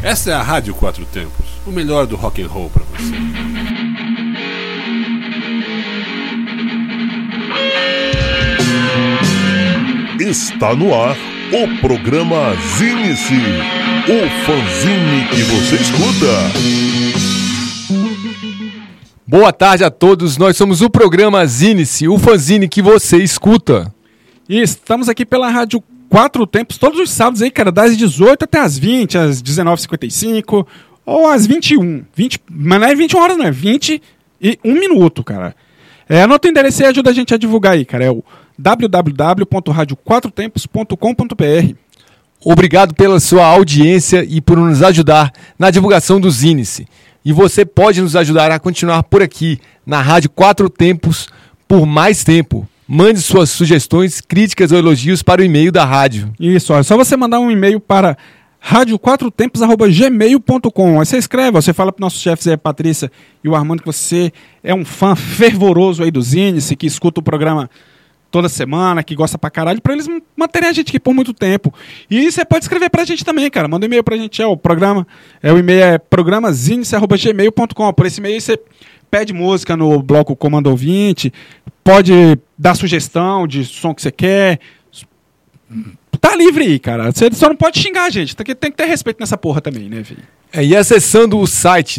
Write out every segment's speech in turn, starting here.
Essa é a Rádio Quatro Tempos, o melhor do rock and roll pra você. Está no ar o programa Zine-se, o fanzine que você escuta. Boa tarde a todos, nós somos o programa Zine-se, o fanzine que você escuta. E estamos aqui pela Rádio Quatro Tempos, todos os sábados aí, cara, das 18 até as 20, às 19h55, ou às 21. Mas não é 21 horas, não, é 21 minutos, cara. Anota o endereço e ajuda a gente a divulgar aí, cara. É o www.radioquatrotempos.com.br. Obrigado pela sua audiência e por nos ajudar na divulgação do Zine-se. E você pode nos ajudar a continuar por aqui, na Rádio Quatro Tempos, por mais tempo. Mande suas sugestões, críticas ou elogios para o e-mail da rádio. Isso, ó, é só você mandar um e-mail para radioquatrotempos@gmail.com. Aí você escreve, você fala para os nossos chefes aí, a Patrícia e o Armando, que você é um fã fervoroso aí do Zine-se, que escuta o programa toda semana, que gosta pra caralho, pra eles manterem a gente aqui por muito tempo. E você pode escrever pra gente também, cara. Manda um e-mail pra gente, o e-mail é programazine@gmail.com. Por esse e-mail você pede música no bloco Comando Ouvinte, pode dar sugestão de som que você quer. Tá livre aí, cara. Você só não pode xingar a gente. Tem que ter respeito nessa porra também, né, filho? E acessando o site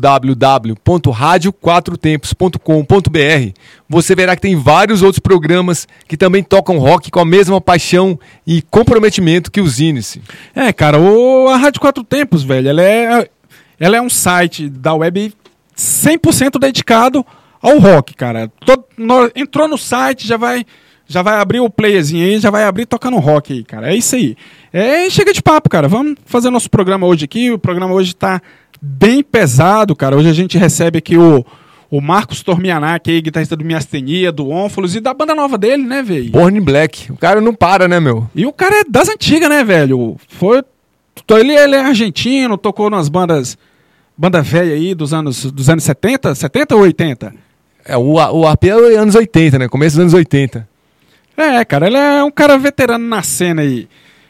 www.radioquatrotempos.com.br, você verá que tem vários outros programas que também tocam rock com a mesma paixão e comprometimento que o Zine-se. Cara, a Rádio Quatro Tempos, velho, ela é um site da web 100% dedicado ao rock, cara. Entrou no site, já vai abrir o playerzinho aí, já vai abrir tocando rock aí, cara. É isso aí. Chega de papo, cara. Vamos fazer nosso programa hoje aqui. O programa hoje tá bem pesado, cara. Hoje a gente recebe aqui o Marcos Tormianac, aí, guitarrista do Miastenia, do Ónfolos e da banda nova dele, né, velho? Born in Black. O cara não para, né, meu? E o cara é das antigas, né, velho? Ele é argentino, tocou nas banda velha aí dos anos 70? 70 ou 80? O AP é anos 80, né? Começo dos anos 80. Cara, ele é um cara veterano na cena aí.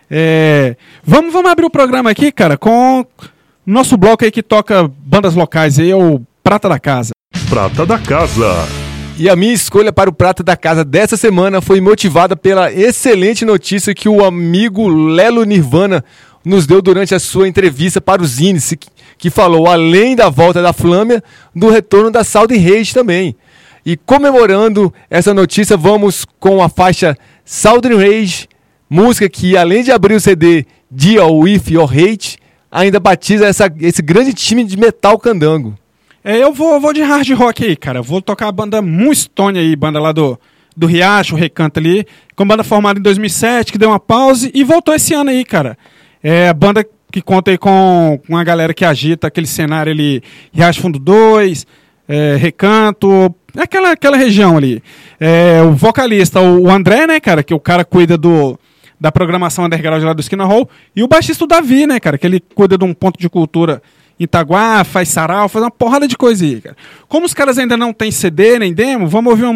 Vamos abrir o programa aqui, cara, com nosso bloco aí que toca bandas locais aí, é o Prata da Casa. Prata da Casa. E a minha escolha para o Prata da Casa dessa semana foi motivada pela excelente notícia que o amigo Lelo Nirvana nos deu durante a sua entrevista para o Zine-se, que falou, além da volta da Flâmia, do retorno da Southern Rage também. E comemorando essa notícia, vamos com a faixa Southern Rage, música que, além de abrir o CD Deal With Your Hate, ainda batiza esse grande time de metal candango. Eu vou de hard rock aí, cara. Vou tocar a banda Moonstone aí, banda lá do Riacho, o Recanto ali, com banda formada em 2007, que deu uma pausa e voltou esse ano aí, cara. A banda que conta aí com a galera que agita aquele cenário ali, Riacho Fundo 2, Recanto, aquela região ali. O vocalista, o André, né, cara, que o cara cuida da programação underground lá do Esquina Hall, e o baixista, o Davi, né, cara, que ele cuida de um ponto de cultura em Itaguá, faz sarau, faz uma porrada de coisa aí, cara. Como os caras ainda não têm CD nem demo, vamos ouvir uma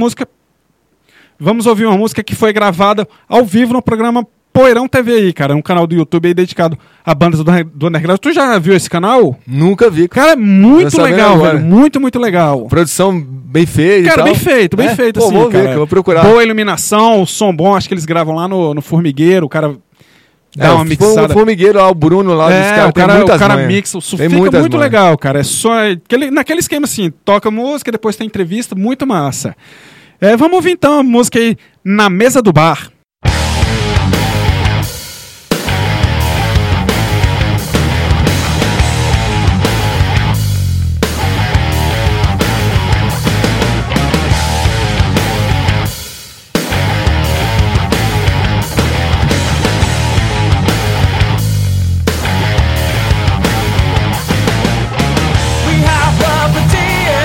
música que foi gravada ao vivo no programa Poeirão TV aí, cara, um canal do YouTube aí dedicado a bandas do underground. Tu já viu esse canal? Nunca vi. Cara, é muito legal, velho. Muito, muito legal. Produção bem feita. Cara, bem feito, assim, vou ver, cara. que eu vou procurar. Boa iluminação, som bom, acho que eles gravam lá no Formigueiro, o cara dá uma mixada. O Formigueiro lá, o Bruno lá, o cara mixa, fica muito legal, cara. É só naquele esquema assim, toca música, depois tem entrevista, muito massa. Vamos ouvir então a música aí, Na Mesa do Bar.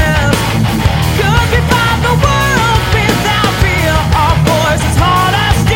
Cause we fight the world without fear. Our voice is hard as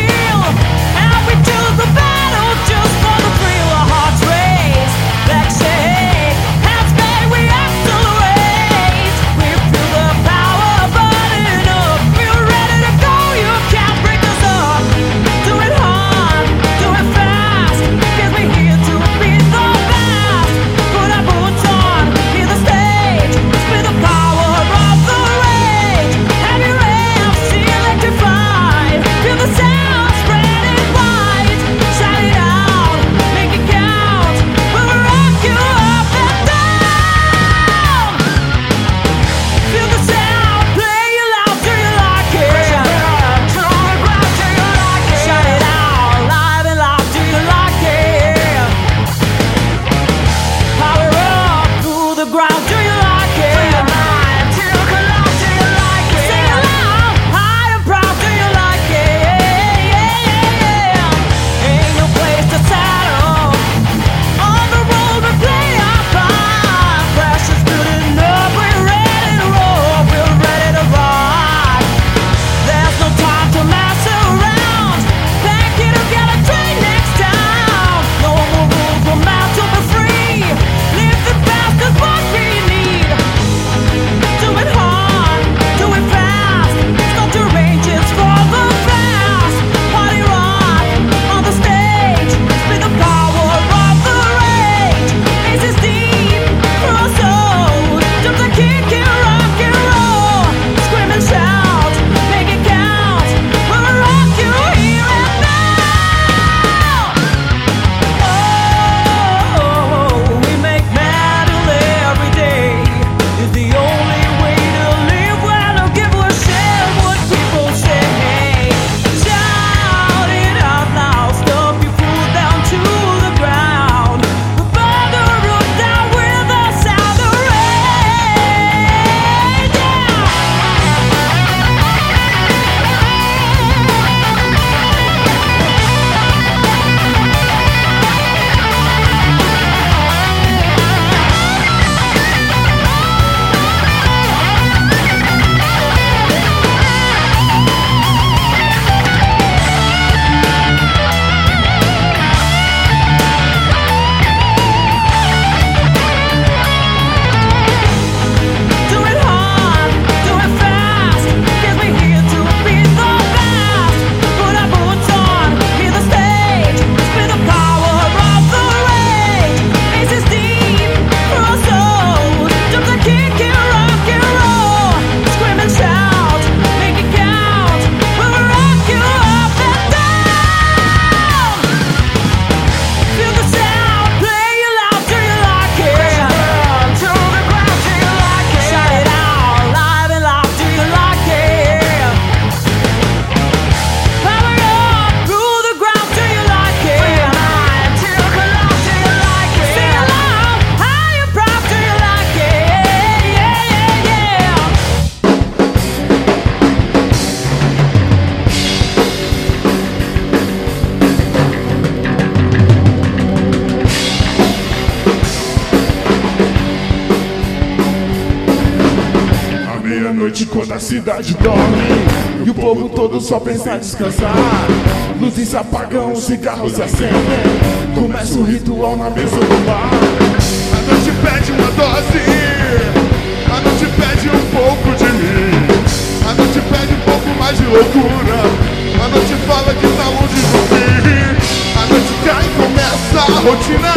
noite quando a cidade dorme e o povo todo só pensa em descansar. Luzes se apagam, os cigarros se acendem, começa o ritual na mesa do bar. A noite pede uma dose, a noite pede um pouco de mim, a noite pede um pouco mais de loucura, a noite fala que tá longe do fim. A noite cai e começa a rotina,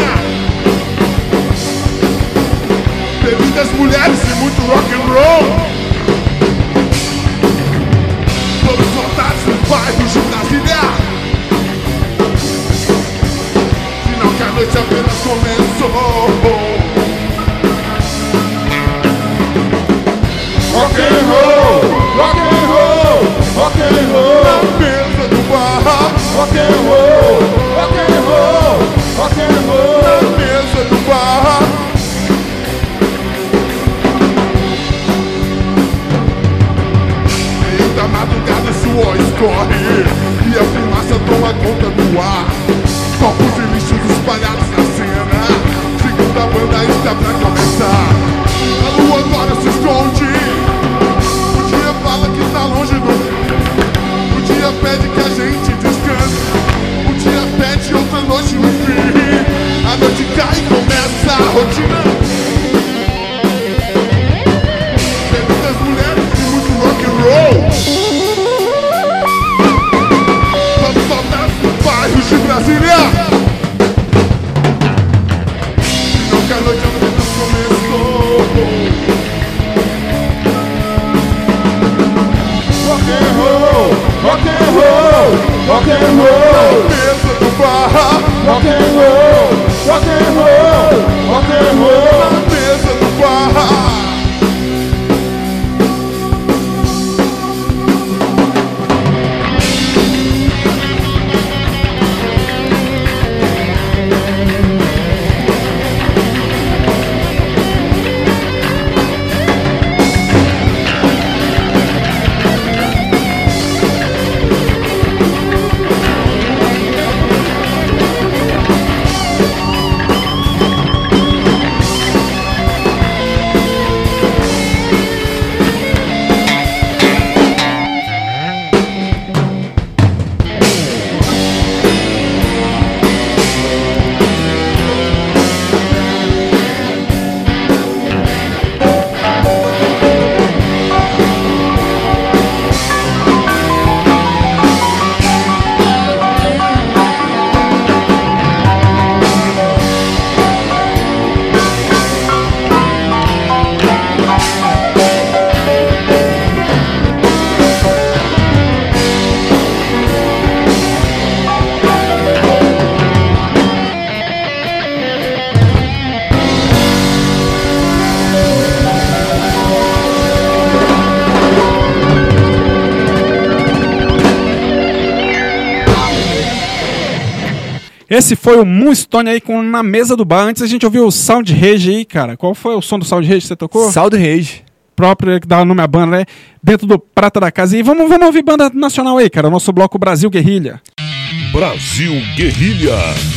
bebidas, mulheres e muito rock and roll. Todos soldados nos bairros de Brasília, sinal que a noite apenas começou. Rock and roll, rock and roll, rock and roll, na mesa do bar. Rock and roll, rock and roll, rock and roll, na mesa do bar. Da madrugada suor escorre e a fumaça toma conta do ar. Copos de lixos espalhados na cena, segunda banda está pra começar. A lua agora se esconde, o dia fala que tá longe do... O dia pede que a gente descanse, o dia pede outra noite no fim. A noite cai e começa a rotina, bebidas, mulheres e muito rock and roll. Todos soldados dos bairros de Brasília, não que a noite apenas começou. Rock and roll, rock and roll, rock and roll, na mesa do bar. Rock and roll, rock and roll, rock and roll, na mesa do bar. Esse foi o Moonstone aí com Na Mesa do Bar. Antes a gente ouviu o Sound Rage aí, cara. Qual foi o som do Sound Rage que você tocou? Sound Rage. Próprio, que dá o nome à banda, né? Dentro do Prata da Casa. E vamos ouvir banda nacional aí, cara. O nosso bloco Brasil Guerrilha. Brasil Guerrilha.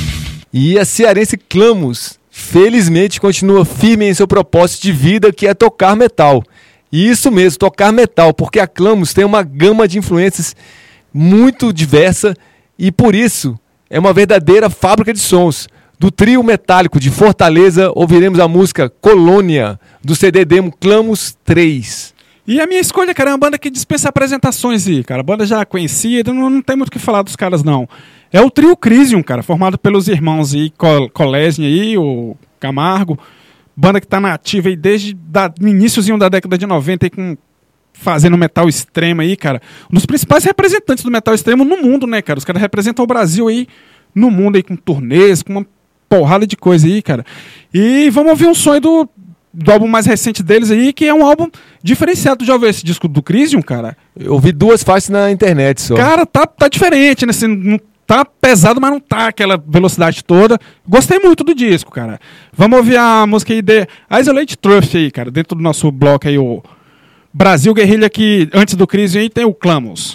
E a cearense Clamus, felizmente, continua firme em seu propósito de vida, que é tocar metal. E isso mesmo, tocar metal, porque a Clamus tem uma gama de influências muito diversa e, por isso, é uma verdadeira fábrica de sons. Do trio metálico de Fortaleza, ouviremos a música Colônia, do CD demo Clamus 3. E a minha escolha, cara, é uma banda que dispensa apresentações aí, cara. A banda já conhecida, não tem muito o que falar dos caras, não. É o trio Crisium, cara, formado pelos irmãos aí, Kolesny aí, o Camargo. Banda que tá na ativa aí desde o iníciozinho da década de 90 aí, fazendo metal extremo aí, cara. Um dos principais representantes do metal extremo no mundo, né, cara? Os caras representam o Brasil aí no mundo aí, com turnês, com uma porrada de coisa aí, cara. E vamos ouvir um som aí do álbum mais recente deles aí, que é um álbum diferenciado. Tu já ouviu esse disco do Crisium, cara? Eu ouvi 2 faixas na internet só. Cara, tá diferente, né? Assim, não tá pesado, mas não tá aquela velocidade toda. Gostei muito do disco, cara. Vamos ouvir a música aí de Isolate Truth aí, cara, dentro do nosso bloco aí, o Brasil Guerrilha, que antes do Crisium aí tem o Clamus.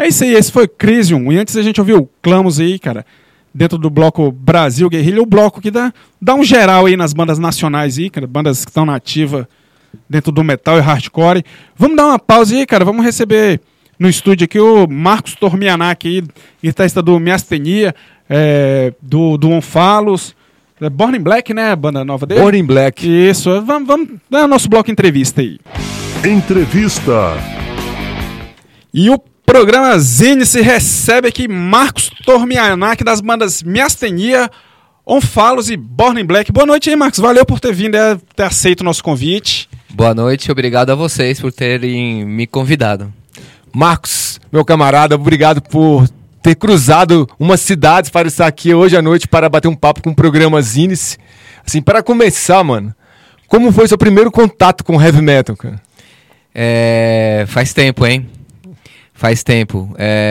É isso aí, esse foi Crisium. E antes a gente ouviu Clamus aí, cara, dentro do bloco Brasil Guerrilha, o bloco que dá um geral aí nas bandas nacionais aí, cara, bandas que estão na ativa dentro do metal e hardcore. Vamos dar uma pausa aí, cara, vamos receber no estúdio aqui o Marcos Tormianac aí, guitarrista do Miastenia, do Onfalos, Born in Black, né, a banda nova dele? Born in Black. Isso, vamos dar o nosso bloco entrevista aí. Entrevista. E o programa Zine-se recebe aqui Marcos Tormianac das bandas Miastenia, Onfalos e Born in Black. Boa noite aí, Marcos. Valeu por ter vindo e ter aceito o nosso convite. Boa noite, obrigado a vocês por terem me convidado. Marcos, meu camarada, obrigado por ter cruzado umas cidades para estar aqui hoje à noite para bater um papo com o programa Zine-se. Assim, para começar, mano, como foi seu primeiro contato com heavy metal, cara? Faz tempo, hein? Faz tempo.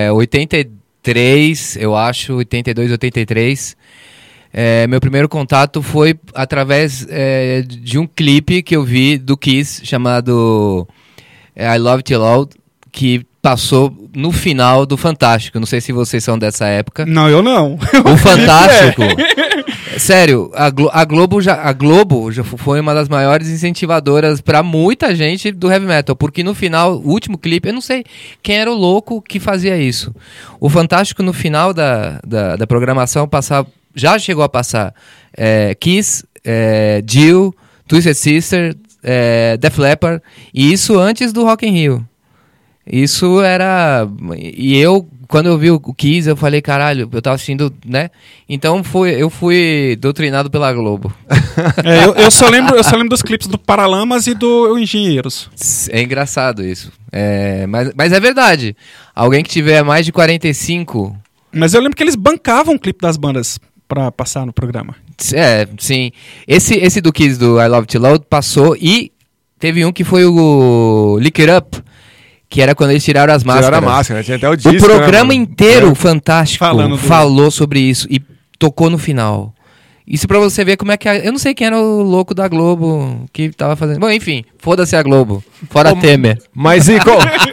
83, eu acho, 82, 83. Meu primeiro contato foi através de um clipe que eu vi do Kiss, chamado I Love It Loud, que passou no final do Fantástico. Não sei se vocês são dessa época. Não, eu não. O Fantástico... Sério, a Globo já foi uma das maiores incentivadoras pra muita gente do heavy metal, porque no final, o último clipe, eu não sei quem era o louco que fazia isso. O Fantástico, no final da programação, já chegou a passar Kiss, Dio, Twisted Sister, Def Leppard, e isso antes do Rock in Rio. Isso era... E eu, quando eu vi o Kiss, eu falei, caralho, eu tava assistindo, né? Então eu fui doutrinado pela Globo. Eu só lembro dos clipes do Paralamas e do Engenheiros. É engraçado isso. Mas é verdade. Alguém que tiver mais de 45... Mas eu lembro que eles bancavam o clipe das bandas pra passar no programa. Sim. Esse do Kiss, do I Love It Loud, passou, e teve um que foi o Lick It Up, que era quando eles tiraram as máscaras. Tiraram a máscara, tinha até o disco. O programa né, inteiro, Fantástico, falou do... sobre isso e tocou no final. Isso pra você ver como é que... Eu não sei quem era o louco da Globo que tava fazendo... Bom, enfim, foda-se a Globo. Fora Temer. Mas e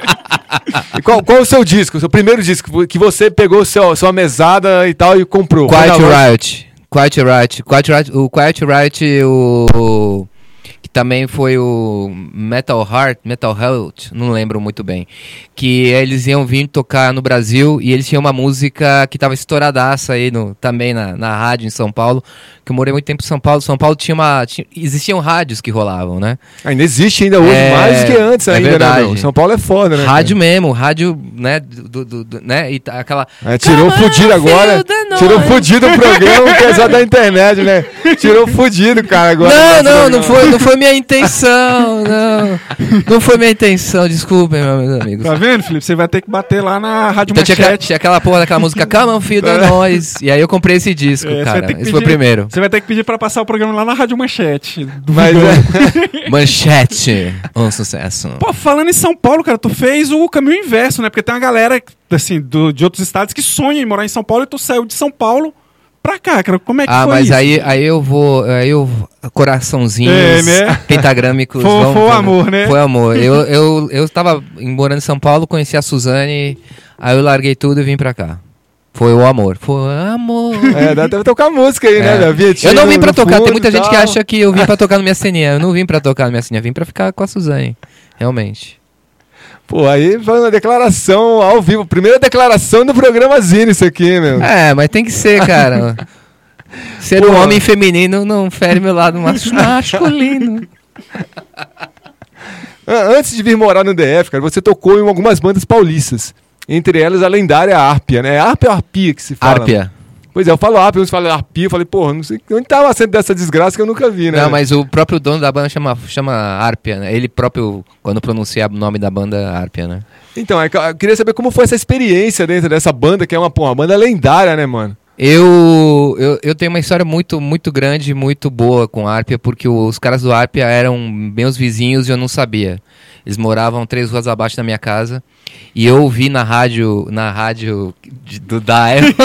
qual o seu disco? O seu primeiro disco que você pegou sua mesada e tal e comprou? Quiet Riot. O Quiet Riot, que também foi o Metal Health, não lembro muito bem, que eles iam vir tocar no Brasil e eles tinham uma música que tava estouradaça aí também na rádio em São Paulo, que eu morei muito tempo em São Paulo. São Paulo existiam rádios que rolavam, né? Ainda existe ainda hoje, mais do que antes ainda, verdade. Né, meu? São Paulo é foda, né? Rádio mesmo, rádio, né, né, e aquela... tirou fudido agora, tirou fudido o programa, que é só da internet, né? Tirou fudido, cara, agora. Não foi minha intenção, não foi minha intenção, desculpem, meus amigos. Tá vendo, Felipe? Você vai ter que bater lá na Rádio Então Manchete. tinha aquela porra daquela música Come on, Feel the Noise, e aí eu comprei esse disco, cara, esse foi o primeiro. Você vai ter que pedir pra passar o programa lá na Rádio Manchete. Manchete, um sucesso. Pô, falando em São Paulo, cara, tu fez o caminho inverso, né? Porque tem uma galera, assim, de outros estados que sonha em morar em São Paulo e tu saiu de São Paulo pra cá, cara. Como é que foi mas isso? aí eu vou... coraçãozinhos né? pentagrâmicos. Foi o amor, né? Foi amor. Eu tava morando em São Paulo, conheci a Suzane, aí eu larguei tudo e vim pra cá. Foi o amor. Deve tocar música aí, né? Eu não vim pra tocar. Tem muita gente que acha que eu vim pra tocar no Miastenia. Eu não vim pra tocar no Miastenia, vim pra ficar com a Suzane. Realmente. Pô, aí foi uma declaração ao vivo. Primeira declaração do programa Zine, isso aqui, meu. Mas tem que ser, cara. Ser um homem feminino não fere meu lado masculino. Antes de vir morar no DF, cara, você tocou em algumas bandas paulistas. Entre elas a lendária Árpia, né? Árpia ou Arpia que se fala? Árpia. Pois é, eu falo Árpia, uns falam Arpia, eu falei, porra, não sei onde tava sendo dessa desgraça que eu nunca vi, né? Não, mas o próprio dono da banda chama Árpia, né? Ele próprio, quando pronuncia o nome da banda, Árpia, né? Então, eu queria saber como foi essa experiência dentro dessa banda, que é uma banda lendária, né, mano? Eu tenho uma história muito, muito grande, muito boa com a Árpia, porque os caras do Árpia eram meus vizinhos e eu não sabia. Eles moravam 3 ruas abaixo da minha casa. E eu ouvi na rádio do Daio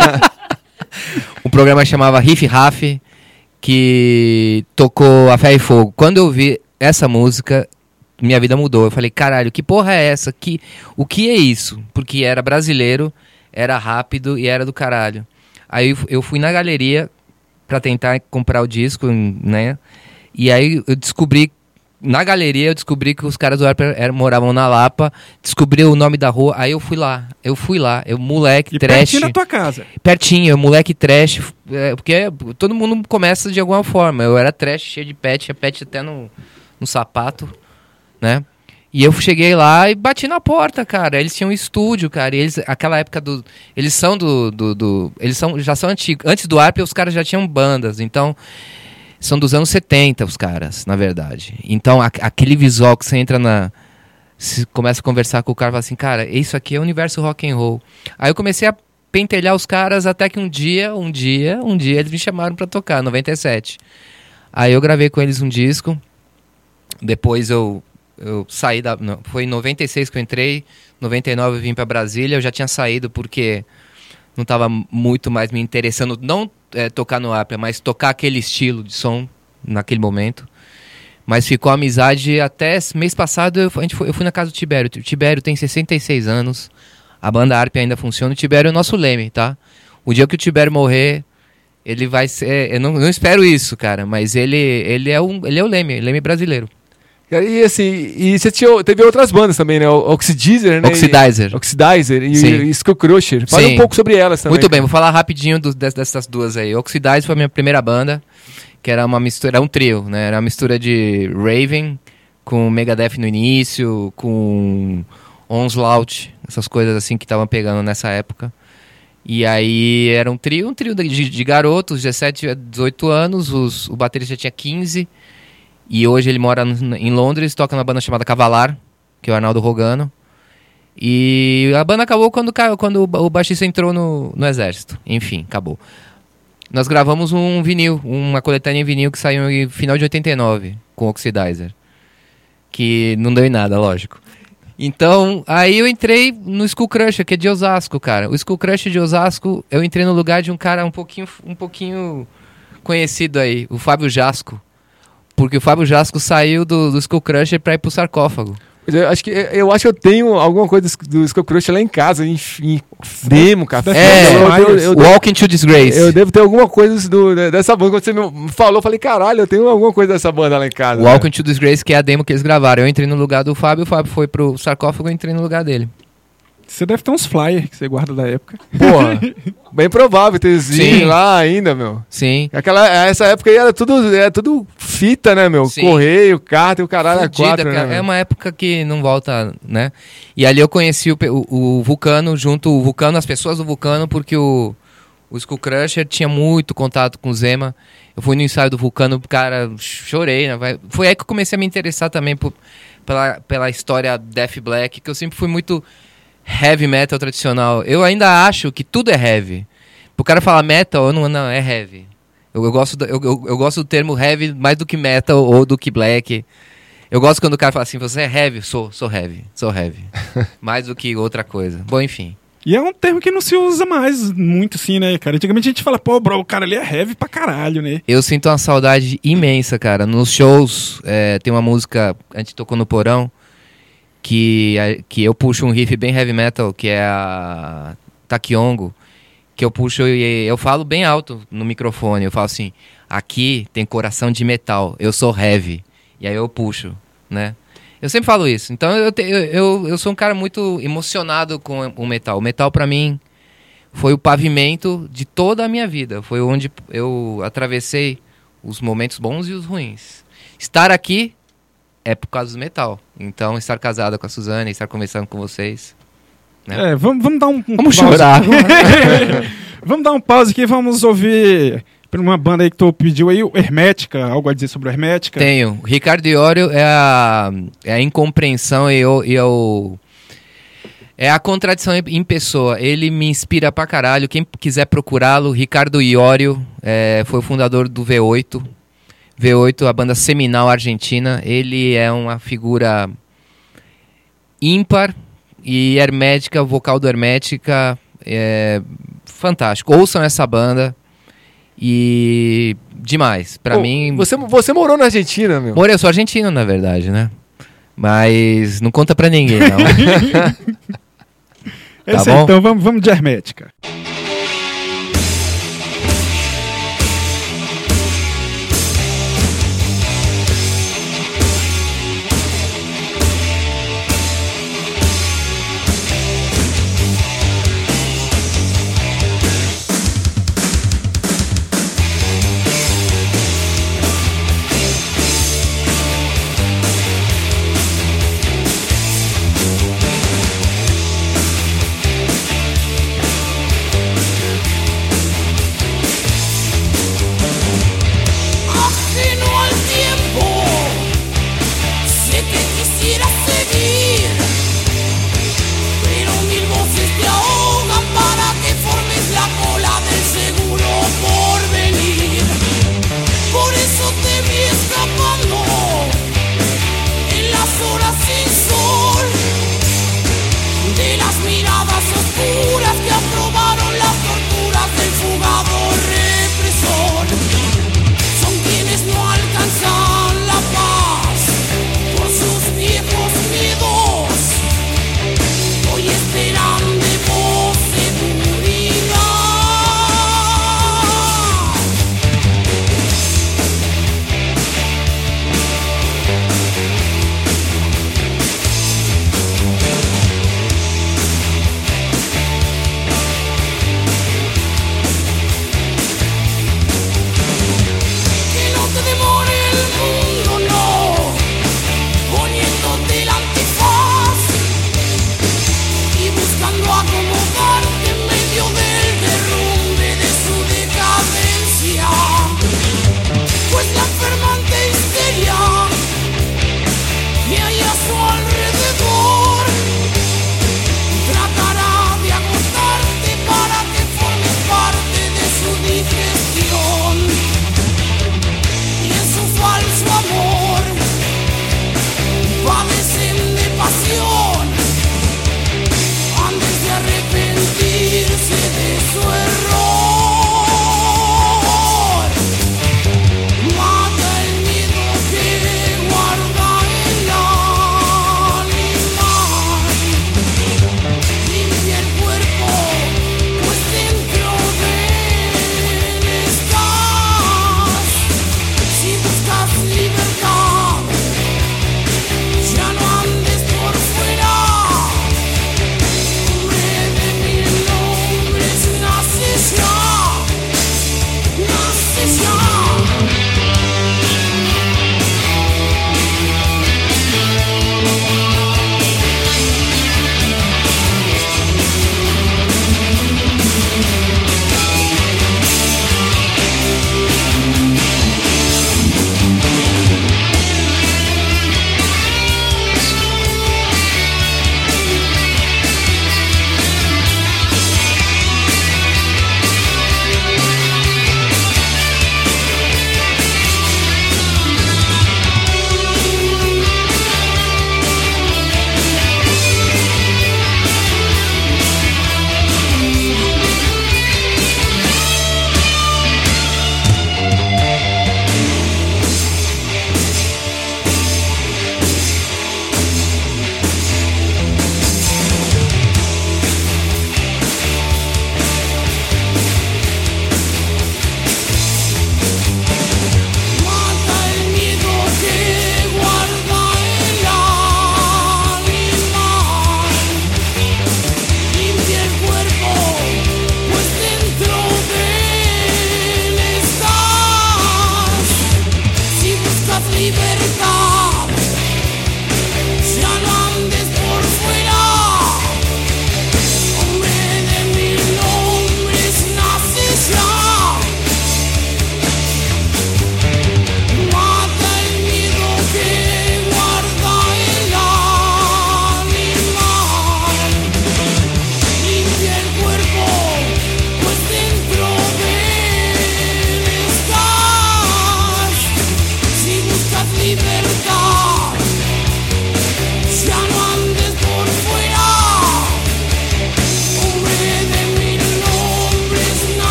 um programa que chamava Riff Raff, que tocou A Fé e Fogo. Quando eu vi essa música, minha vida mudou. Eu falei, caralho, que porra é essa? O que é isso? Porque era brasileiro, era rápido e era do caralho. Aí eu fui na galeria pra tentar comprar o disco, né? E aí eu descobri, na galeria, que os caras do Harper moravam na Lapa, descobri o nome da rua, aí eu fui lá, eu moleque E trash. pertinho da tua casa. Pertinho, eu moleque trash, porque todo mundo começa de alguma forma. Eu era trash, cheio de pet, tinha pet até no sapato, né? E eu cheguei lá e bati na porta, cara. Eles tinham um estúdio, cara. E eles, aquela época eles são já são antigos. Antes do Harper, os caras já tinham bandas. Então, são dos anos 70, os caras, na verdade. Então, aquele visual que você entra você começa a conversar com o cara e fala assim, cara, isso aqui é o universo rock and roll. Aí eu comecei a pentelhar os caras até que um dia eles me chamaram pra tocar, 97. Aí eu gravei com eles um disco. Depois eu saí foi em 96 que eu entrei, 99 eu vim pra Brasília, eu já tinha saído porque não estava muito mais me interessando, não tocar no Harper, mas tocar aquele estilo de som naquele momento. Mas ficou amizade até mês passado, eu fui na casa do Tibério. O Tibério tem 66 anos, a banda Harper ainda funciona, o Tibério é o nosso leme, tá? O dia que o Tibério morrer, ele vai ser... Eu não espero isso, cara, mas ele é o leme brasileiro. E assim, você teve outras bandas também, né? Oxidizer, né? Oxidizer e Skull Crusher. Fala um pouco sobre elas também. Muito bem, vou falar rapidinho dessas duas aí. Oxidizer foi a minha primeira banda, que era uma mistura, era um trio, né? Era uma mistura de Raven com Megadeth no início, com Onslaught, essas coisas assim que estavam pegando nessa época. E aí era um trio de garotos, 17 a 18 anos, o baterista já tinha 15. E hoje ele mora em Londres, toca numa banda chamada Cavalar, que é o Arnaldo Rogano. E a banda acabou quando o baixista entrou no exército. Enfim, acabou. Nós gravamos um vinil, uma coletânea em vinil que saiu no final de 89, com o Oxidizer. Que não deu em nada, lógico. Então, aí eu entrei no Skull Crusher, que é de Osasco, cara. O Skull Crusher de Osasco, eu entrei no lugar de um cara um pouquinho conhecido aí, o Fábio Jasco. Porque o Fábio Jasco saiu do Skull Crusher pra ir pro Sarcófago. Eu acho que eu tenho alguma coisa do Skull Crusher lá em casa, em demo, cara. Walking to Disgrace. Eu devo ter alguma coisa dessa banda. Quando você me falou, eu falei, caralho, eu tenho alguma coisa dessa banda lá em casa. Walking to Disgrace, que é a demo que eles gravaram. Eu entrei no lugar do Fábio, o Fábio foi pro Sarcófago e eu entrei no lugar dele. Você deve ter uns flyers que você guarda da época. Porra, bem provável ter lá ainda, meu. Sim. Essa época aí era tudo fita, né, meu? Sim. Correio, carta e o caralho a quatro, né? É uma época que não volta, né? E ali eu conheci o Vulcano, as pessoas do Vulcano, porque o Skull Crusher tinha muito contato com o Zema. Eu fui no ensaio do Vulcano, cara, chorei, né? Foi aí que eu comecei a me interessar também pela história Death Black, que eu sempre fui muito... heavy metal tradicional. Eu ainda acho que tudo é heavy. O cara falar metal, não, é heavy. Eu gosto do termo heavy mais do que metal ou do que black. Eu gosto quando o cara fala assim, você é heavy? Sou heavy. Mais do que outra coisa. Bom, enfim. E é um termo que não se usa mais muito assim, né, cara? Antigamente a gente fala, pô, bro, o cara ali é heavy pra caralho, né? Eu sinto uma saudade imensa, cara. Nos shows, tem uma música, a gente tocou no Porão, que eu puxo um riff bem heavy metal, que é a Takiongo, que eu puxo e eu falo bem alto no microfone. Eu falo assim, aqui tem coração de metal, eu sou heavy. E aí eu puxo, né? Eu sempre falo isso. Então eu sou um cara muito emocionado com o metal. O metal pra mim foi o pavimento de toda a minha vida. Foi onde eu atravessei os momentos bons e os ruins. Estar aqui é por causa do metal. Então, estar casada com a Suzane, estar conversando com vocês. Né? Vamos dar um vamos chorar. Vamos dar um pause aqui, vamos ouvir uma banda aí que tu pediu aí, o Hermética, algo a dizer sobre o Hermética? Tenho. Ricardo Iorio é a incompreensão é a contradição em pessoa. Ele me inspira pra caralho. Quem quiser procurá-lo, Ricardo Iorio, foi o fundador do V8. V8, a banda seminal argentina. Ele é uma figura ímpar e Hermética, o vocal do Hermética é fantástico. Ouçam essa banda e demais. Pra mim... Você morou na Argentina, meu? Eu sou argentino, na verdade, né? Mas não conta pra ninguém, não. É Tá isso aí, bom? então vamos de Hermética.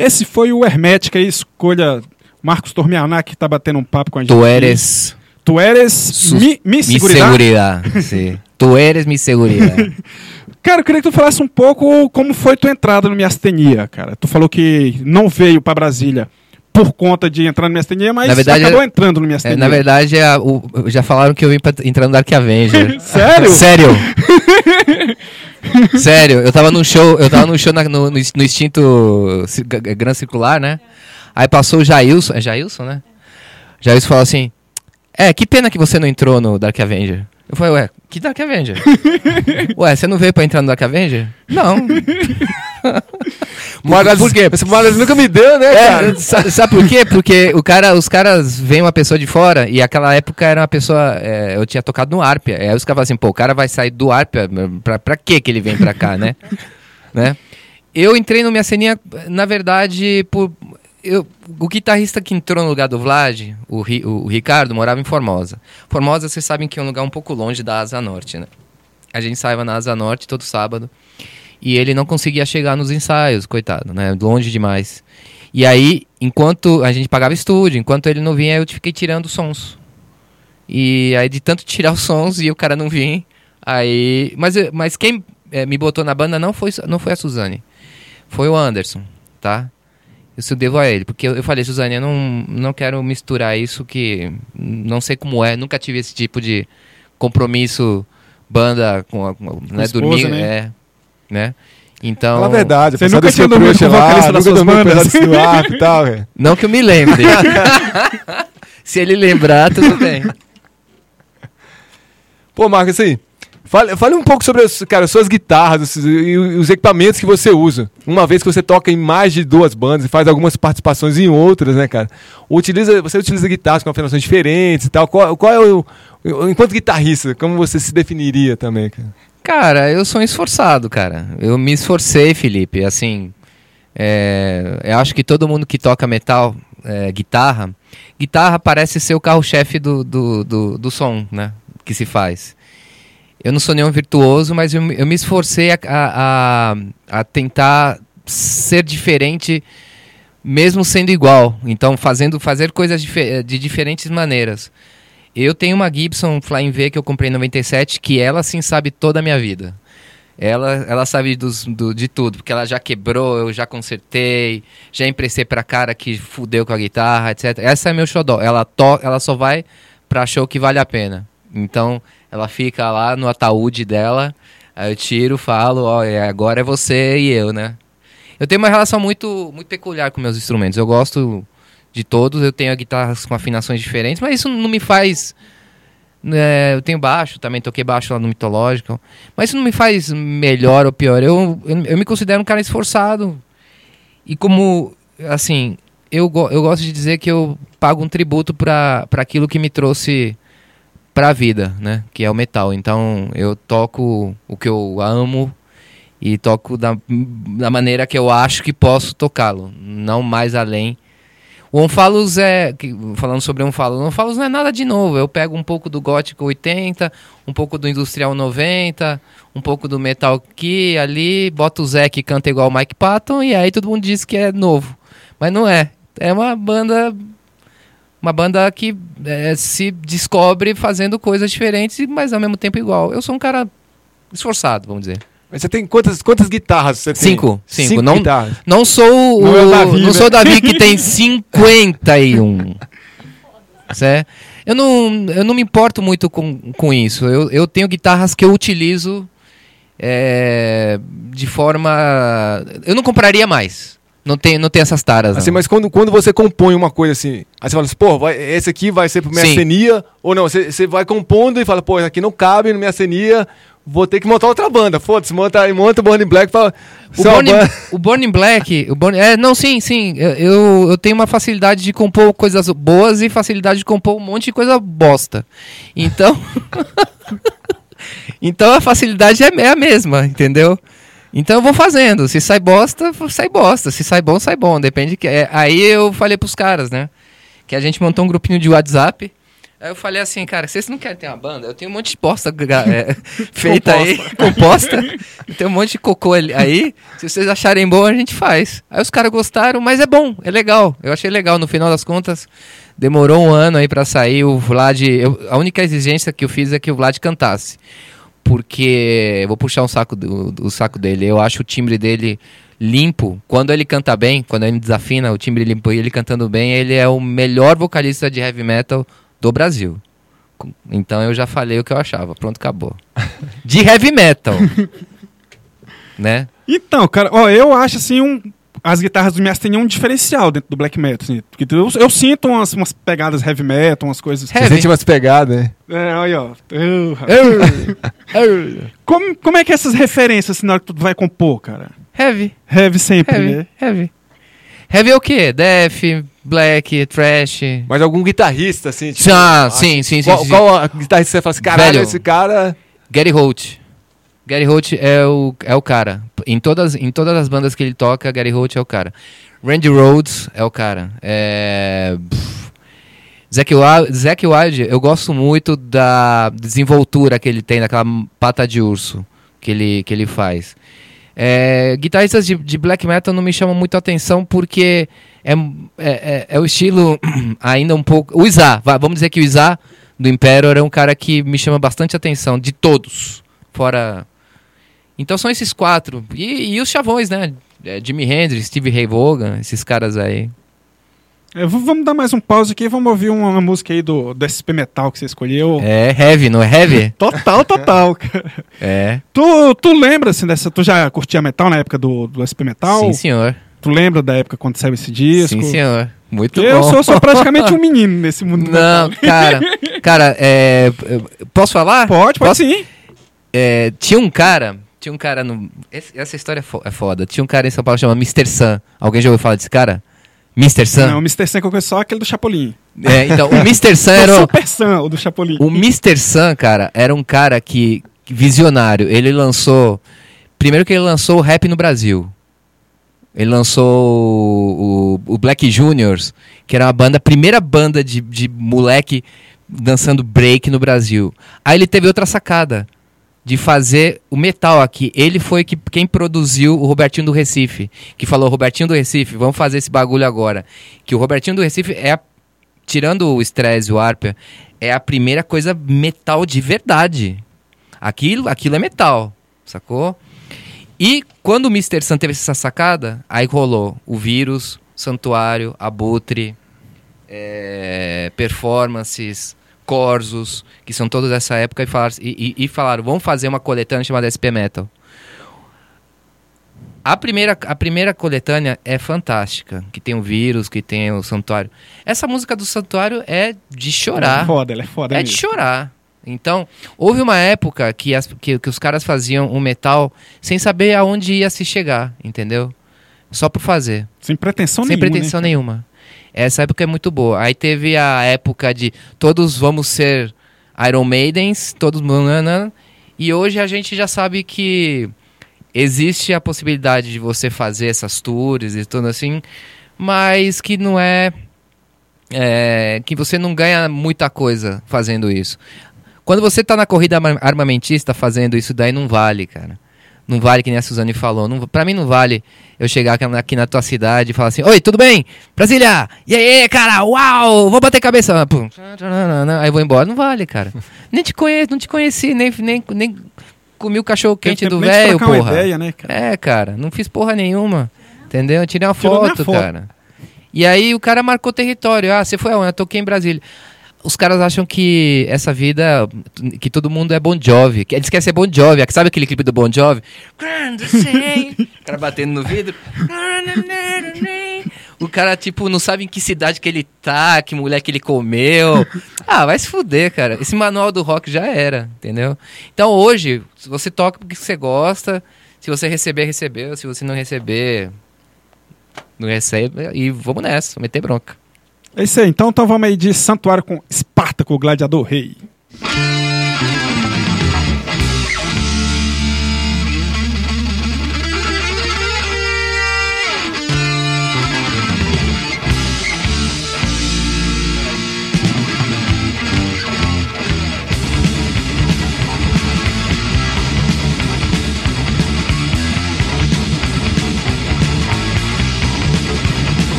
Esse foi o Hermética aí, escolha Marcos Tormianac, que tá batendo um papo com a gente. Tu eres mi seguridad. Sim. Tu eres mi seguridad. Cara, eu queria que tu falasse um pouco como foi tua entrada no Miastenia, cara. Tu falou que não veio pra Brasília por conta de entrar no Miastenia, mas na verdade, acabou entrando no Miastenia. Na verdade, já falaram que eu vim entrar no Dark Avenger. Sério? Sério. Sério, eu tava num show no extinto Gran Circular, né? Aí passou o Jailson, é Jailson, né? Jailson falou assim, que pena que você não entrou no Dark Avenger. Eu falei, ué, que Dark Avenger? Ué, você não veio pra entrar no Dark Avenger? Não. Por quê? Esse Maras nunca me deu, né, cara? Sabe por quê? Porque os caras veem uma pessoa de fora e aquela época era uma pessoa... eu tinha tocado no Arpia. Aí os caras falam assim, pô, o cara vai sair do Arpia, pra que ele vem pra cá, né? Né? Eu entrei no Miastenia, na verdade, o guitarrista que entrou no lugar do Vlad, o Ricardo, morava em Formosa. Formosa, vocês sabem que é um lugar um pouco longe da Asa Norte, né? A gente saiva na Asa Norte todo sábado. E ele não conseguia chegar nos ensaios, coitado, né? Longe demais. E aí, enquanto a gente pagava estúdio, enquanto ele não vinha, eu fiquei tirando sons. E aí, de tanto tirar os sons e o cara não vinha, aí... Mas quem me botou na banda não foi a Suzane. Foi o Anderson, tá? Isso eu devo a ele, porque eu falei, Suzane, eu não quero misturar isso, que não sei como é, nunca tive esse tipo de compromisso, banda, né, esposa, dormir, né? Então... Fala a verdade, você nunca tinha dormido com o vocalista das suas bandas? E tal, velho. Não que eu me lembre. Se ele lembrar, tudo bem. Pô, Marcos, assim, fale um pouco sobre suas guitarras e os equipamentos que você usa. Uma vez que você toca em mais de 2 bandas e faz algumas participações em outras, né, cara? Você utiliza guitarras com afinações diferentes e tal. Qual é enquanto guitarrista, como você se definiria também, cara? Cara, eu sou um esforçado, cara. Eu me esforcei, Felipe. Assim, eu acho que todo mundo que toca metal, guitarra parece ser o carro-chefe do som, né? Que se faz. Eu não sou nenhum virtuoso, mas eu me esforcei a tentar ser diferente, mesmo sendo igual. Então, fazer coisas de diferentes maneiras. Eu tenho uma Gibson Flying V que eu comprei em 97, que ela sim sabe toda a minha vida. Ela sabe de tudo, porque ela já quebrou, eu já consertei, já emprestei pra cara que fudeu com a guitarra, etc. Essa é meu xodó. Ela só vai pra show que vale a pena. Então, ela fica lá no ataúde dela, aí eu tiro, falo, agora é você e eu, né? Eu tenho uma relação muito, muito peculiar com meus instrumentos. Eu gosto de todos, eu tenho guitarras com afinações diferentes, mas isso não me faz... eu tenho baixo, também toquei baixo lá no Mitológico, mas isso não me faz melhor ou pior. Eu me considero um cara esforçado. E como, assim, eu gosto de dizer que eu pago um tributo para aquilo que me trouxe pra vida, né? Que é o metal. Então, eu toco o que eu amo e toco da maneira que eu acho que posso tocá-lo, não mais além. O Onfalos falando sobre o Onfalos não é nada de novo. Eu pego um pouco do gótico 80, um pouco do industrial 90, um pouco do metal aqui, ali, bota o Zé que canta igual o Mike Patton e aí todo mundo diz que é novo. Mas não é. É uma banda que se descobre fazendo coisas diferentes, mas ao mesmo tempo igual. Eu sou um cara esforçado, vamos dizer. Mas você tem quantas guitarras você tem? 5. Não guitarras. Não sou o Davi que tem 51. Certo? Eu não me importo muito com isso. Eu tenho guitarras que eu utilizo de forma... Eu não compraria mais. Não tem essas taras. Assim, mas quando você compõe uma coisa assim, aí você fala assim, pô, esse aqui vai ser pro Miastenia, ou não, você vai compondo e fala, pô, isso aqui não cabe no Miastenia, vou ter que montar outra banda. Foda-se, monta o Burning Black pra... O Burning Black... sim. Eu tenho uma facilidade de compor coisas boas e facilidade de compor um monte de coisa bosta. Então... então a facilidade é a mesma, entendeu? Então eu vou fazendo. Se sai bosta, sai bosta. Se sai bom. Depende que... Aí eu falei pros caras, né? Que a gente montou um grupinho de WhatsApp. Aí eu falei assim, cara, vocês não querem ter uma banda? Eu tenho um monte de bosta feita aí, composta. Tem um monte de cocô aí. Se vocês acharem bom, a gente faz. Aí os caras gostaram, mas é bom, é legal. Eu achei legal, no final das contas, demorou um ano aí pra sair. O Vlad, a única exigência que eu fiz é que o Vlad cantasse. Porque, eu vou puxar o saco dele, eu acho o timbre dele limpo. Quando ele canta bem, quando ele desafina, o timbre limpo e ele cantando bem, ele é o melhor vocalista de heavy metal do Brasil. Então eu já falei o que eu achava. Pronto, acabou. De heavy metal. Né? Então, cara, ó, eu acho assim, as guitarras do Miasma têm um diferencial dentro do black metal. Assim, porque eu sinto umas pegadas heavy metal, umas coisas... Você sente umas pegadas, né? Aí, ó. Como é que é essas referências assim, na hora que tu vai compor, cara? Heavy. Heavy sempre, né? Heavy. Heavy é o quê? Death, black, thrash. Mas algum guitarrista, assim? Tipo, Sim. Qual a guitarrista você fala assim, caralho, Velho, esse cara... Gary Holt. Gary Holt é o cara. Em todas as bandas que ele toca, Gary Holt é o cara. Randy Rhoads é o cara. Zakk Wylde, eu gosto muito da desenvoltura que ele tem, daquela pata de urso que ele faz. Guitarristas de black metal não me chamam muito a atenção porque é o estilo ainda um pouco... O Izzar, vamos dizer que o Izzar do Imperior é um cara que me chama bastante atenção, de todos, fora... Então são esses 4, e os chavões, né? Jimi Hendrix, Steve Ray Vaughan, esses caras aí. Vamos dar mais um pause aqui, vamos ouvir uma música aí do SP Metal que você escolheu. Heavy, não é heavy? Total, cara. Tu lembra, assim, tu já curtia metal na época do SP Metal? Sim, senhor. Tu lembra da época quando saiu esse disco? Sim, senhor. Muito eu bom. Eu sou praticamente um menino nesse mundo. Não, cara, posso falar? Pode sim. Tinha um cara no... Essa história é foda. Tinha um cara em São Paulo chamado Mr. Sun. Alguém já ouviu falar desse cara? Mr. Sun? Não, o Mr. Sun que eu conheço só aquele do Chapolin. Então, o Mr. Sun era... O Super Sun, o do Chapolin. O Mr. Sun, cara, era um cara que visionário. Ele lançou... Primeiro que ele lançou o rap no Brasil. Ele lançou o Black Juniors, que era a primeira banda de moleque dançando break no Brasil. Aí ele teve outra sacada de fazer o metal aqui. Ele foi quem produziu o Robertinho do Recife, que falou, Robertinho do Recife, vamos fazer esse bagulho agora. Que o Robertinho do Recife tirando o Stress e o Arpia, é a primeira coisa metal de verdade. Aquilo é metal, sacou? E quando o Mr. Sun teve essa sacada, aí rolou o Vírus, Santuário, Abutre, Performances, Corsos, que são todos dessa época, e falaram, vamos fazer uma coletânea chamada SP Metal. A primeira coletânea é fantástica, que tem o Vírus, que tem o Santuário. Essa música do Santuário é de chorar. Ela é foda. É de chorar. Então, houve uma época que os caras faziam um metal sem saber aonde ia se chegar, entendeu? Só por fazer. Sem pretensão nenhuma. Sem pretensão nenhuma. Essa época é muito boa. Aí teve a época de todos vamos ser Iron Maidens, todos... E hoje a gente já sabe que existe a possibilidade de você fazer essas tours e tudo assim, mas que não que você não ganha muita coisa fazendo isso. Quando você tá na corrida armamentista fazendo isso daí, não vale, cara. Não vale, que nem a Suzane falou. Pra mim não vale eu chegar aqui na tua cidade e falar assim, oi, tudo bem? Brasília! E aí, cara? Uau! Vou bater cabeça! Pum. Aí eu vou embora. Não vale, cara. Nem te conheço, não te conheci, nem comi o cachorro quente do velho, porra. Ideia, né, cara? Cara, não fiz porra nenhuma. Entendeu? Eu tirei uma foto, cara. E aí o cara marcou território. Ah, você foi aonde? Eu toquei em Brasília. Os caras acham que essa vida, que todo mundo é Bon Jovi. Eles querem ser Bon Jovi. Sabe aquele clipe do Bon Jovi? O cara batendo no vidro. O cara, tipo, não sabe em que cidade que ele tá, que mulher que ele comeu. Ah, vai se fuder, cara. Esse manual do rock já era, entendeu? Então hoje, se você toca porque você gosta, se você receber, recebeu. Se você não receber, não recebe. E vamos nessa, meter bronca. É isso aí, então vamos aí de Santuário com Espartaco, o Gladiador Rei.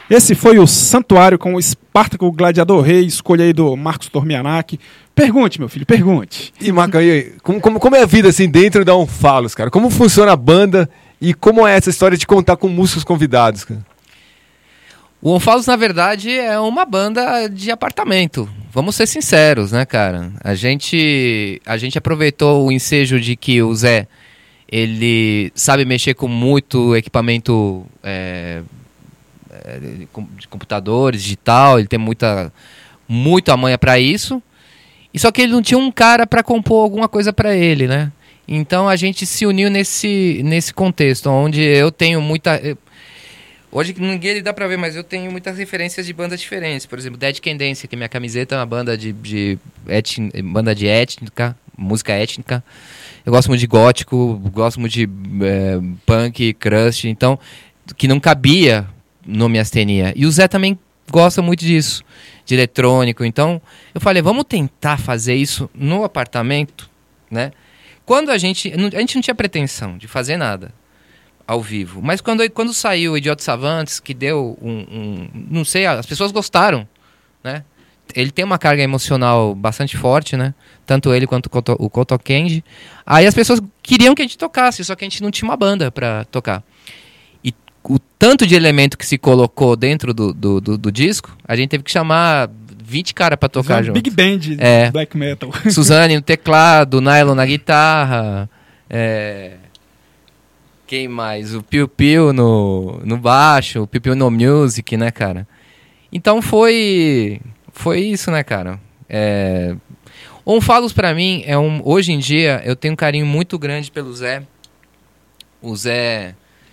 Esse foi o Santuário com o Espartaco Gladiador Rei, escolha aí do Marcos Tormianac. Pergunte, meu filho, pergunte. E, Marco, aí, como é a vida assim dentro da Onfalos, cara? Como funciona a banda e como é essa história de contar com músicos convidados, cara? O Onfalos, na verdade, é uma banda de apartamento. Vamos ser sinceros, né, cara? A gente aproveitou o ensejo de que o Zé, ele sabe mexer com muito equipamento de computadores, digital, ele tem muita manha para isso. E só que ele não tinha um cara para compor alguma coisa para ele, né? Então a gente se uniu nesse contexto, onde eu tenho muita... Hoje ninguém dá pra ver, mas eu tenho muitas referências de bandas diferentes. Por exemplo, Dead Can Dance, que minha camiseta é uma banda banda de étnica, música étnica. Eu gosto muito de gótico, gosto muito de punk, crust, então, que não cabia no Miastenia. E o Zé também gosta muito disso, de eletrônico. Então, eu falei, vamos tentar fazer isso no apartamento, né? Quando a gente não tinha pretensão de fazer nada ao vivo. Mas quando saiu o Idiotas Savantes, que deu não sei, as pessoas gostaram, né? Ele tem uma carga emocional bastante forte, né? Tanto ele quanto o Koto Kenji. Aí as pessoas queriam que a gente tocasse, só que a gente não tinha uma banda pra tocar. E o tanto de elemento que se colocou dentro do disco, a gente teve que chamar 20 caras pra tocar junto. Big Band Black Metal. Suzane no teclado, Nylon na guitarra, quem mais? O Piu Piu no baixo, o Piu Piu no music, né, cara? Então foi isso, né, cara? Onfalos pra mim hoje em dia eu tenho um carinho muito grande pelo Zé. O Zé,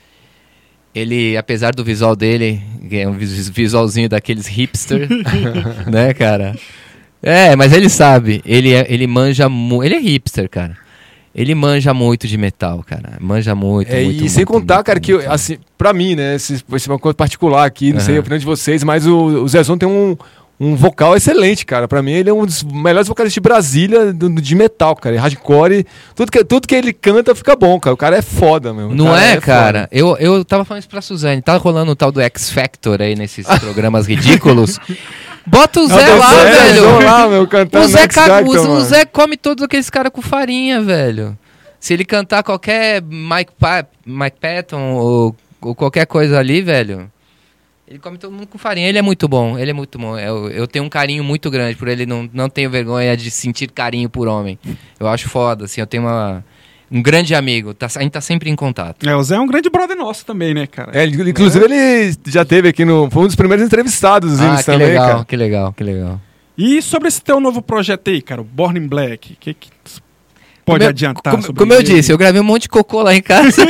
ele, apesar do visual dele, que é um visualzinho daqueles hipster, né, cara? Mas ele sabe, ele manja muito, ele é hipster, cara. Ele manja muito de metal, cara. Manja muito, muito. E sem contar, muito, cara, muito, que assim, pra mim, né, vai ser uma coisa particular aqui, não sei a opinião de vocês, mas o Zezão tem um vocal excelente, cara. Pra mim, ele é um dos melhores vocalistas de Brasília de metal, cara. Hardcore, tudo que ele canta fica bom, cara. O cara é foda, meu. Não é, cara? Eu tava falando isso pra Suzane. Tá rolando o tal do X Factor aí nesses programas ridículos. Bota o Zé lá, velho. Lá, meu, cantando o Zé come todos aqueles caras com farinha, velho. Se ele cantar qualquer Mike Patton ou qualquer coisa ali, velho, ele come todo mundo com farinha. Ele é muito bom, Eu tenho um carinho muito grande por ele, não tenho vergonha de sentir carinho por homem. Eu acho foda, assim, eu tenho um grande amigo, a gente tá sempre em contato. O Zé é um grande brother nosso também, né, cara? Inclusive ele já teve aqui foi um dos primeiros entrevistados também, legal, cara. Que legal. E sobre esse teu novo projeto aí, cara, o Born in Black, que pode adiantar sobre como eu disse, eu gravei um monte de cocô lá em casa.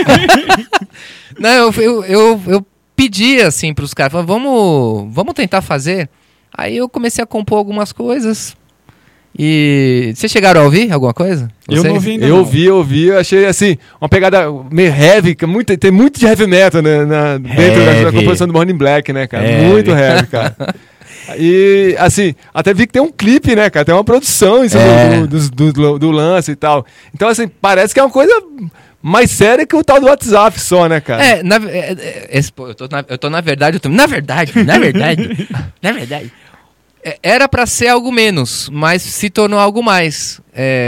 Não, eu pedi assim pros caras, vamos tentar fazer. Aí eu comecei a compor algumas coisas. E vocês chegaram a ouvir alguma coisa? Eu não ouvi ainda. Eu ouvi, eu achei assim, uma pegada meio heavy, tem muito de heavy metal, né, dentro da composição do Morning Black, né, cara? Muito heavy, cara. E, assim, até vi que tem um clipe, né, cara? Tem uma produção em cima do lance e tal. Então, assim, parece que é uma coisa mais séria que o tal do WhatsApp só, né, cara? Eu tô na verdade. Era pra ser algo menos, mas se tornou algo mais.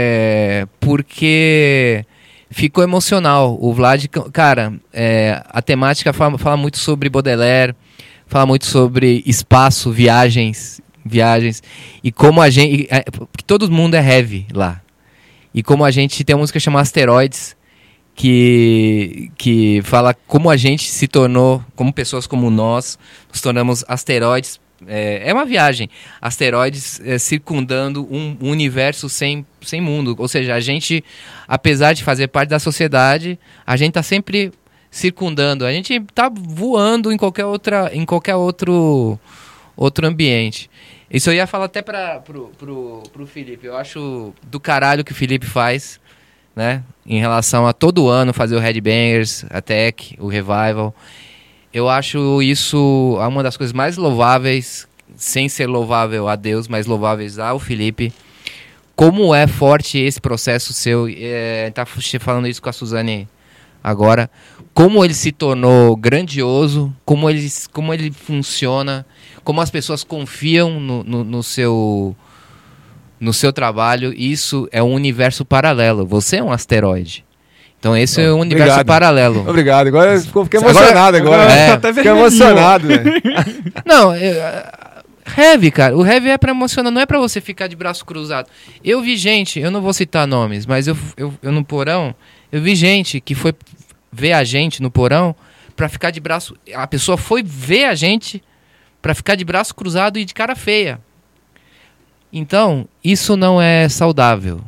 Porque ficou emocional. O Vlad, cara, a temática fala muito sobre Baudelaire, fala muito sobre espaço, viagens. E como a gente... Porque todo mundo é heavy lá. E como a gente tem uma música chamada Asteroides, que fala como a gente se tornou, como pessoas como nós, nos tornamos asteroides. É uma viagem. Asteroides circundando um universo sem mundo. Ou seja, a gente, apesar de fazer parte da sociedade, a gente está sempre circundando. A gente está voando em qualquer outro ambiente. Isso eu ia falar até pro Felipe. Eu acho do caralho que o Felipe faz, né? Em relação a todo ano fazer o Headbangers, a Tech, o Revival. Eu acho isso uma das coisas mais louváveis, sem ser louvável a Deus, mas louváveis ao Felipe. Como é forte esse processo seu. Tá falando isso com a Suzane agora, como ele se tornou grandioso, como ele funciona, como as pessoas confiam no seu trabalho. Isso é um universo paralelo. Você é um asteroide. Então esse é um universo paralelo. Obrigado. Agora fiquei emocionado agora. Fiquei emocionado, velho. Não, heavy, cara. O heavy é pra emocionar, não é pra você ficar de braço cruzado. Eu vi gente, eu não vou citar nomes, mas eu no porão, eu vi gente que foi ver a gente no porão pra ficar de braço... A pessoa foi ver a gente pra ficar de braço cruzado e de cara feia. Então, isso não é saudável.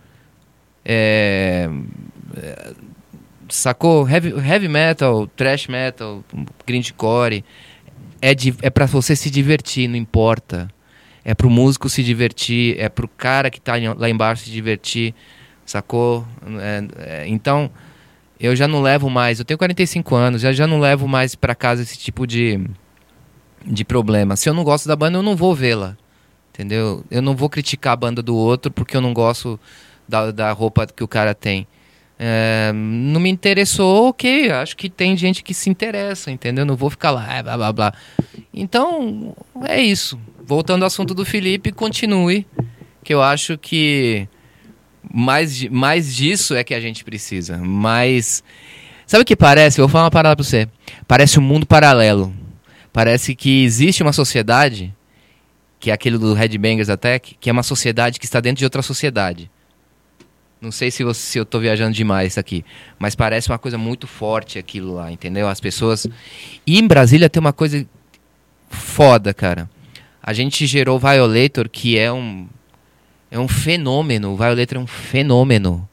Sacou? Heavy metal, thrash metal, grindcore é pra você se divertir, não importa. É pro músico se divertir, é pro cara que tá lá embaixo se divertir, sacou? Então, eu já não levo mais, eu tenho 45 anos, já não levo mais pra casa esse tipo de problema. Se eu não gosto da banda, eu não vou vê-la, entendeu? Eu não vou criticar a banda do outro porque eu não gosto da roupa que o cara tem. Não me interessou, ok, acho que tem gente que se interessa, entendeu? Não vou ficar lá, blá blá blá. Então, é isso. Voltando ao assunto do Felipe, continue, que eu acho que mais disso é que a gente precisa. Mas, sabe o que parece? Eu vou falar uma parada pra você. Parece um mundo paralelo. Parece que existe uma sociedade, que é aquele do Headbangers Attack, que é uma sociedade que está dentro de outra sociedade. Não sei se eu estou viajando demais aqui, mas parece uma coisa muito forte aquilo lá, entendeu? As pessoas... E em Brasília tem uma coisa foda, cara. A gente gerou o Violator, que é um fenômeno. O Violator é um fenômeno.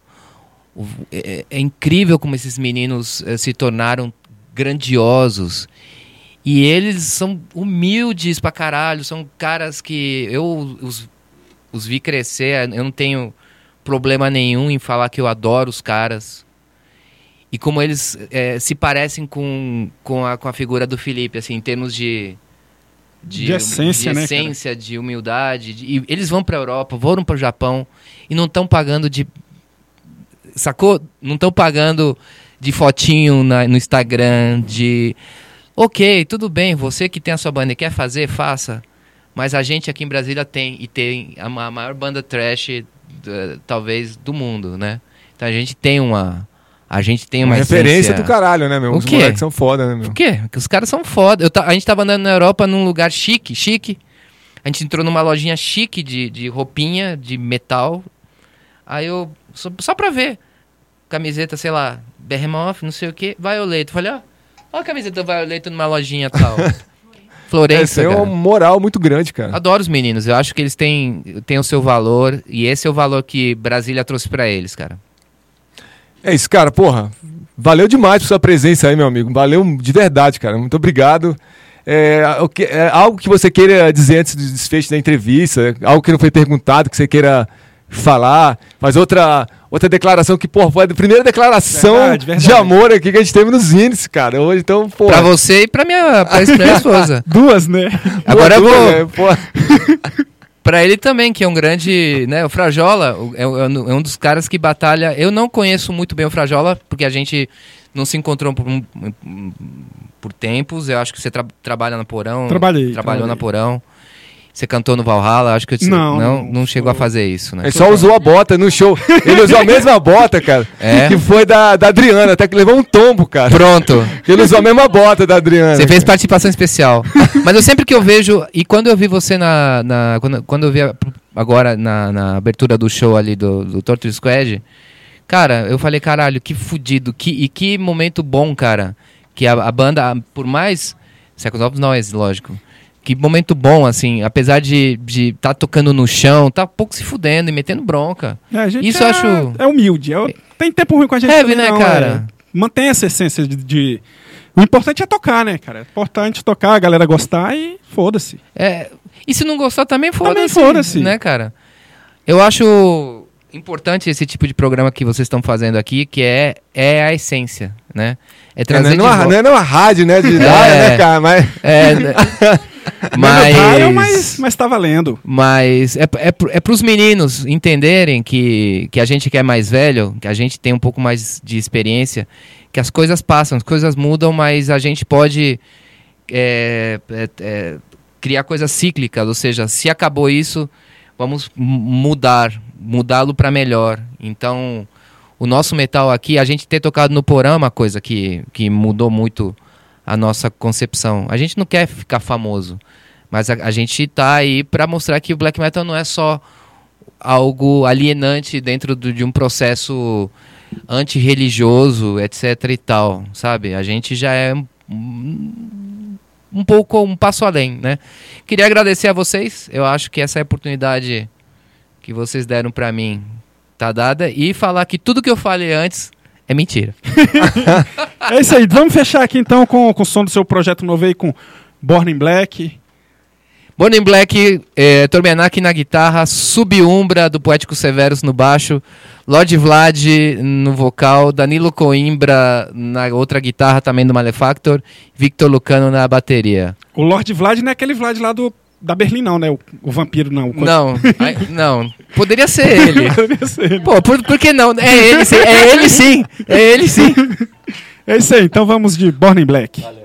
É incrível como esses meninos se tornaram grandiosos. E eles são humildes pra caralho. São caras que eu os vi crescer. Eu não tenho problema nenhum em falar que eu adoro os caras. E como eles se parecem com a figura do Felipe, assim, em termos de essência, né, essência, de humildade. E eles vão pra Europa, foram pro Japão e não estão pagando de... Sacou? Não estão pagando de fotinho no Instagram, de... Ok, tudo bem, você que tem a sua banda e quer fazer, faça. Mas a gente aqui em Brasília tem a maior banda thrash, talvez, do mundo, né? Então a gente tem uma referência do caralho, né, meu? Os moleques são foda, né, meu? Por quê? Porque os caras são foda. A gente tava andando na Europa num lugar chique. A gente entrou numa lojinha chique de roupinha, de metal. Aí eu... Só pra ver. Camiseta, sei lá, Behemoth, não sei o quê. Violator. Falei, ó a camiseta do Violator numa lojinha tal. Florença, cara. É uma moral muito grande, cara. Adoro os meninos. Eu acho que eles têm o seu valor. E esse é o valor que Brasília trouxe pra eles, cara. É isso, cara. Porra, valeu demais por sua presença aí, meu amigo. Valeu de verdade, cara. Muito obrigado. Algo que você queira dizer antes do desfecho da entrevista, algo que não foi perguntado, que você queira falar, mas outra declaração que, porra, foi a primeira declaração verdade. De amor aqui que a gente teve nos índices, cara. Hoje, então, porra. Pra você e pra minha esposa. Duas, né? Agora eu vou... Pra ele também, que é um grande... Né, o Frajola é um dos caras que batalha... Eu não conheço muito bem o Frajola, porque a gente não se encontrou por tempos. Eu acho que você trabalha na Porão. Trabalhou na Porão. Você cantou no Valhalla, acho que não chegou a fazer isso, né? Ele só usou a bota no show. Ele usou a mesma bota, cara. Que foi da Adriana, até que levou um tombo, cara. Pronto. Ele usou a mesma bota da Adriana. Você fez participação especial. Mas eu sempre que eu vejo... E quando eu vi você quando eu vi agora na abertura do show ali do Torture Squad, cara, eu falei, caralho, que fudido. Que momento bom, cara. Que a banda, por mais... Second of Noise, lógico. Que momento bom, assim, apesar de tá tocando no chão, tá um pouco se fudendo e metendo bronca. Isso eu acho... É humilde. Tem tempo ruim com a gente. Heavy, né, cara? Mantém essa essência de... O importante é tocar, né, cara? É importante tocar, a galera gostar e foda-se. E se não gostar também, foda-se. Também foda-se. Né, cara? Eu acho importante esse tipo de programa que vocês estão fazendo aqui, que é a essência, né? É trazer não é numa rádio, né, de idade, né, cara? Mas tá valendo. Mas é pros meninos entenderem que a gente que é mais velho, que a gente tem um pouco mais de experiência, que as coisas passam, as coisas mudam, mas a gente pode criar coisas cíclicas, ou seja, se acabou isso, vamos mudá-lo para melhor. Então, o nosso metal aqui, a gente ter tocado no Porã é uma coisa que mudou muito a nossa concepção. A gente não quer ficar famoso, mas a gente tá aí para mostrar que o black metal não é só algo alienante dentro de um processo antirreligioso, etc e tal, sabe? A gente já é um pouco um passo além, né? Queria agradecer a vocês, eu acho que essa é a oportunidade que vocês deram para mim tá dada, e falar que tudo que eu falei antes é mentira. É isso aí, vamos fechar aqui então com o som do seu projeto novo aí, com Born in Black. Born in Black, Tormenak na guitarra, Subumbra do Poético Severus no baixo, Lord Vlad no vocal, Danilo Coimbra na outra guitarra também do Malefactor, Victor Lucano na bateria. O Lord Vlad não é aquele Vlad lá da Berlim não, né? O vampiro não. Não, poderia ser ele. Poderia ser ele. Pô, por que não? É ele sim, é ele sim, é ele sim. É isso aí, então vamos de Born in Black. Valeu.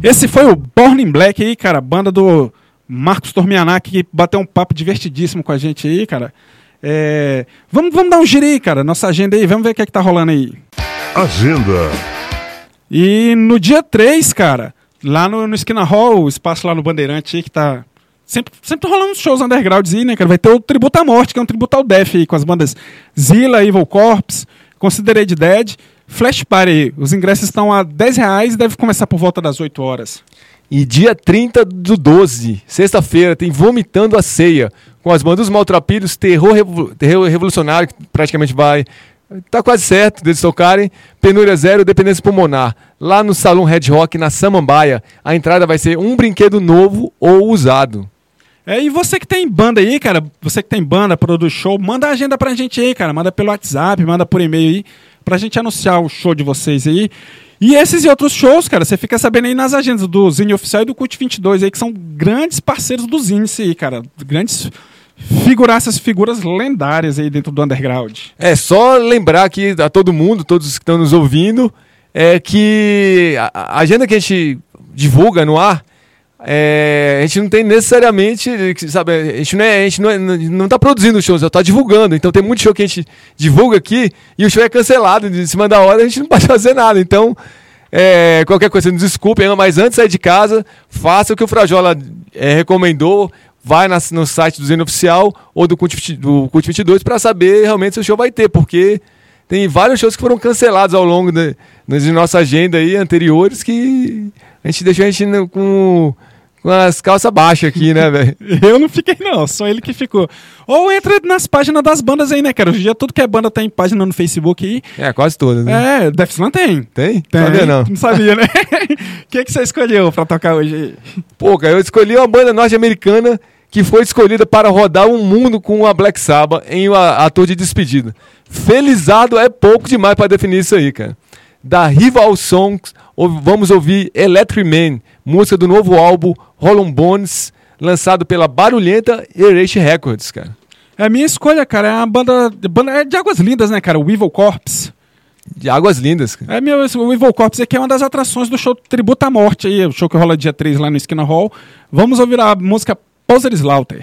Esse foi o Born in Black aí, cara, banda do Marcos Tormianac, que bateu um papo divertidíssimo com a gente aí, cara. Vamos dar um giro aí, cara, nossa agenda aí, vamos ver o que é que tá rolando aí. Agenda. E no dia 3, cara, lá no Esquina Hall, o espaço lá no Bandeirante aí, que tá sempre rolando uns shows undergrounds aí, né, cara? Vai ter o Tributo à Morte, que é um tributo ao Death aí, com as bandas Zilla, Evil Corpse, Considered Dead, Flash Party. Os ingressos estão a R$10 e deve começar por volta das 8 horas. E dia 30/12, sexta-feira, tem Vomitando a Ceia, com as bandas Maltrapilhos, Terror Revolucionário, que praticamente tá quase certo deles tocarem, Penúria Zero, Dependência Pulmonar, lá no Salão Red Rock, na Samambaia. A entrada vai ser um brinquedo novo ou usado. E você que tem banda aí, cara, você que tem banda, produz show, manda a agenda pra gente aí, cara, manda pelo WhatsApp, manda por e-mail aí, pra gente anunciar o show de vocês aí. E esses e outros shows, cara, você fica sabendo aí nas agendas do Zine Oficial e do Cult 22 aí, que são grandes parceiros do Zine aí, cara, grandes figuras lendárias aí dentro do underground. É só lembrar aqui a todo mundo, todos que estão nos ouvindo, que a agenda que a gente divulga no ar, a gente não tem necessariamente, sabe, a gente não está produzindo shows, só está divulgando. Então tem muito show que a gente divulga aqui e o show é cancelado em cima da hora, a gente não pode fazer nada. Então, qualquer coisa, nos desculpem, mas antes de sair de casa, faça o que o Frajola recomendou. Vai no site do Zine Oficial ou do Cult 22 para saber realmente se o show vai ter, porque tem vários shows que foram cancelados ao longo de nossa agenda aí, anteriores, que a gente deixou com as calças baixas aqui, né, velho? Eu não fiquei, não, só ele que ficou. Ou entra nas páginas das bandas aí, né, cara? Hoje em dia tudo que é banda tem página no Facebook aí. Quase todas, né? Death Slam tem. Tem? Sabia não. Não sabia, né? O que você escolheu pra tocar hoje aí? Pô, cara, eu escolhi uma banda norte-americana que foi escolhida para rodar um mundo com a Black Sabbath em ator de despedida. Felizardo é pouco demais para definir isso aí, cara. Da Rival Songs, vamos ouvir Electric Man, música do novo álbum Hollow Bones, lançado pela barulhenta Erasure Records, cara. A minha escolha, cara, é uma banda de Águas Lindas, né, cara? O Evil Corpse. De Águas Lindas, cara. O Evil Corpse aqui é uma das atrações do show Tributo à Morte aí, o show que rola dia 3 lá no Esquina Hall. Vamos ouvir a música Poser Slaughter.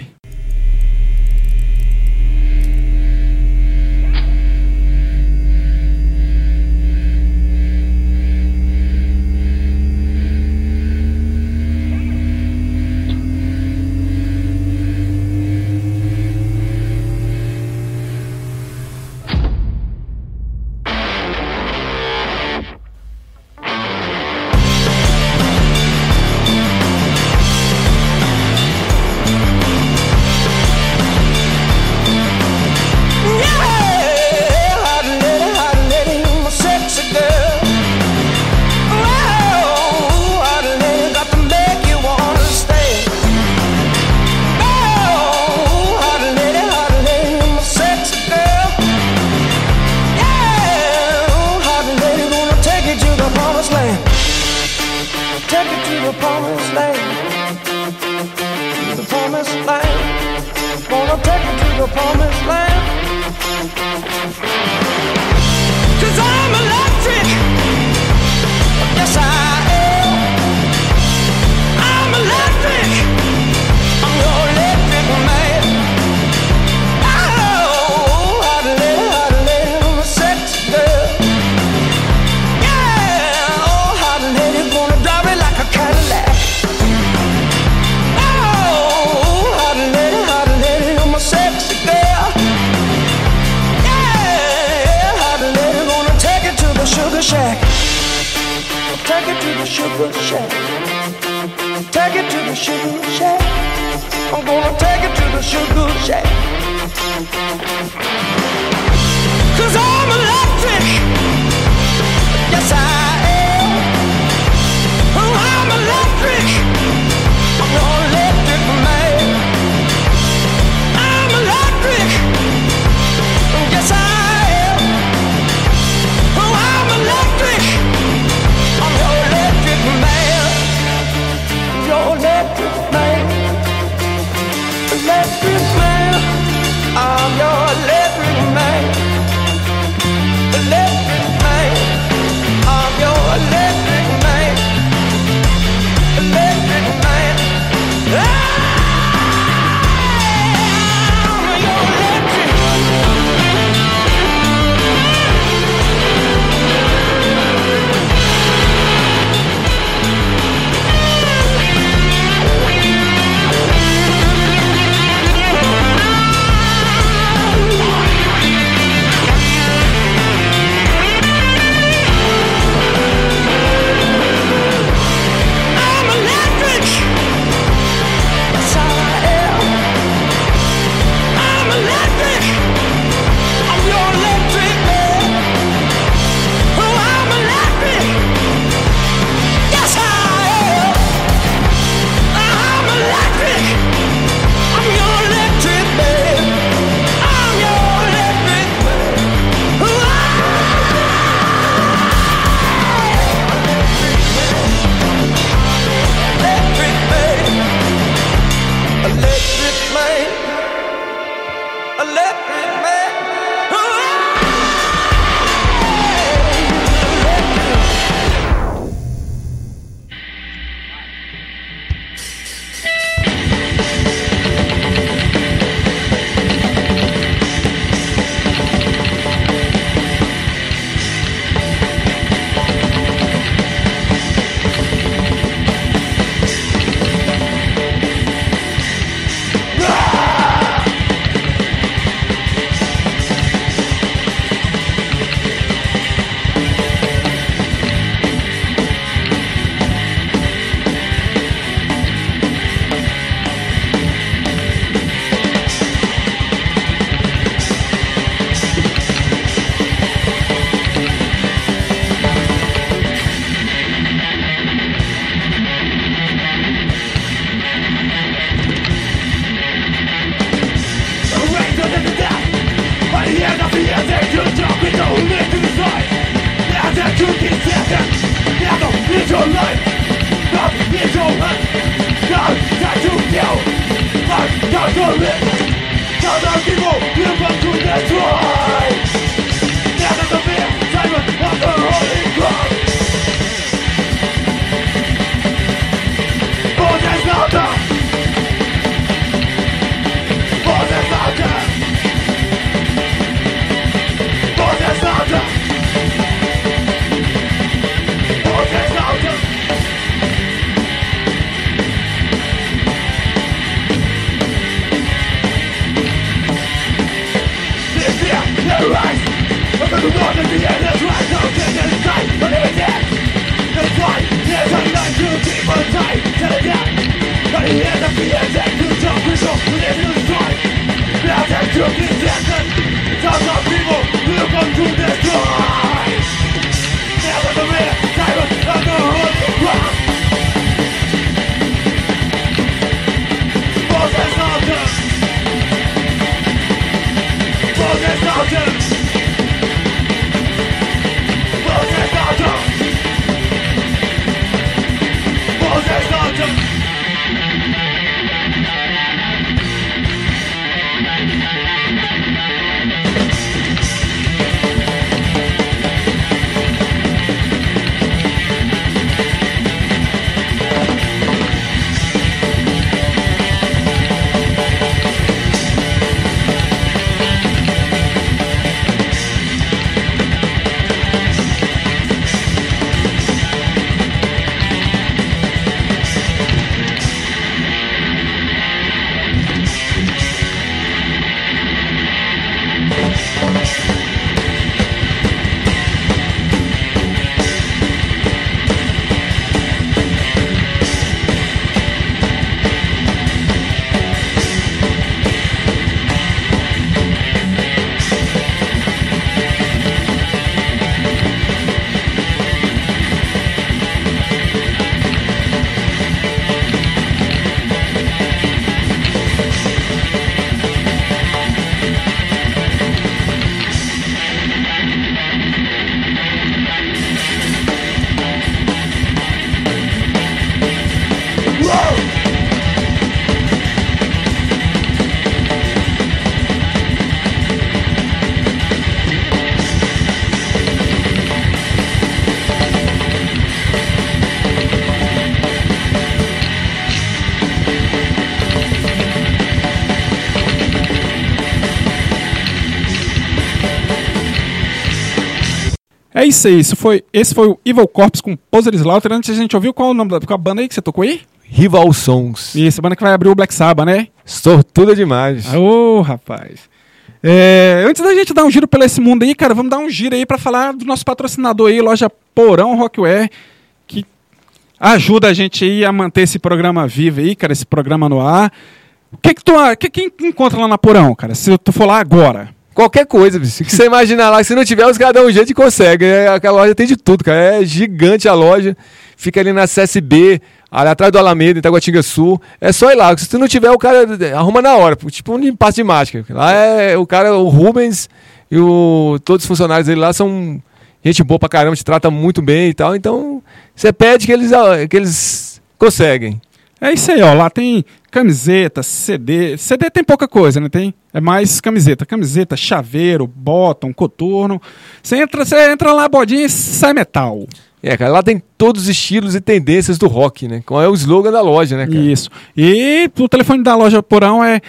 É isso aí, esse foi o Evil Corpse com Poser Slaughter. Antes a gente ouviu qual o nome da banda aí que você tocou aí? Rival Songs. Isso, a banda que vai abrir o Black Sabbath, né? Sortuda demais. Ô, rapaz. Antes da gente dar um giro pelo esse mundo aí, cara, vamos dar um giro aí pra falar do nosso patrocinador aí, loja Porão Rockware, que ajuda a gente aí a manter esse programa vivo aí, cara, esse programa no ar. O que encontra lá na Porão, cara, se tu for lá agora? Qualquer coisa, bicho. Que você imaginar lá, se não tiver, os caras dão um jeito e conseguem. Aquela loja tem de tudo, cara. É gigante a loja. Fica ali na CSB, ali atrás do Alameda, em Taguatinga Sul. É só ir lá. Se tu não tiver, o cara arruma na hora. Tipo um passe de mágica. Lá é o Rubens e todos os funcionários dele lá são gente boa pra caramba, te trata muito bem e tal. Então, você pede que eles conseguem. É isso aí, ó. Lá tem camiseta, CD. CD tem pouca coisa, né? É mais camiseta. Camiseta, chaveiro, bottom, coturno. Você entra lá, bodinha e sai metal. Cara, lá tem todos os estilos e tendências do rock, né? Qual é o slogan da loja, né, cara? Isso. E o telefone da loja Porão é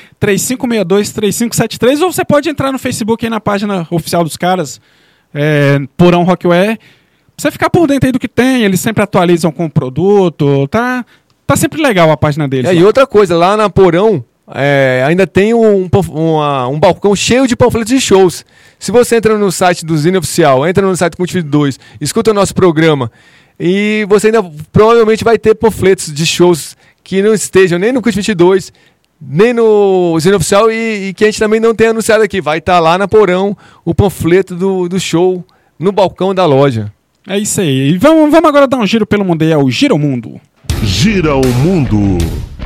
3562-3573, ou você pode entrar no Facebook aí na página oficial dos caras, Porão Rockware, pra você ficar por dentro aí do que tem. Eles sempre atualizam com o produto, tá sempre legal a página deles. E outra coisa, lá na Porão ainda tem um balcão cheio de panfletos de shows. Se você entra no site do Zine Oficial, entra no site do Multivídeo 2, escuta o nosso programa, e você ainda provavelmente vai ter panfletos de shows que não estejam nem no Cult 22, nem no Zine Oficial, e que a gente também não tem anunciado aqui. Vai estar lá na Porão o panfleto do show no balcão da loja. É isso aí. E vamos agora dar um giro pelo mundo aí, é o Gira o Mundo. Gira o Mundo.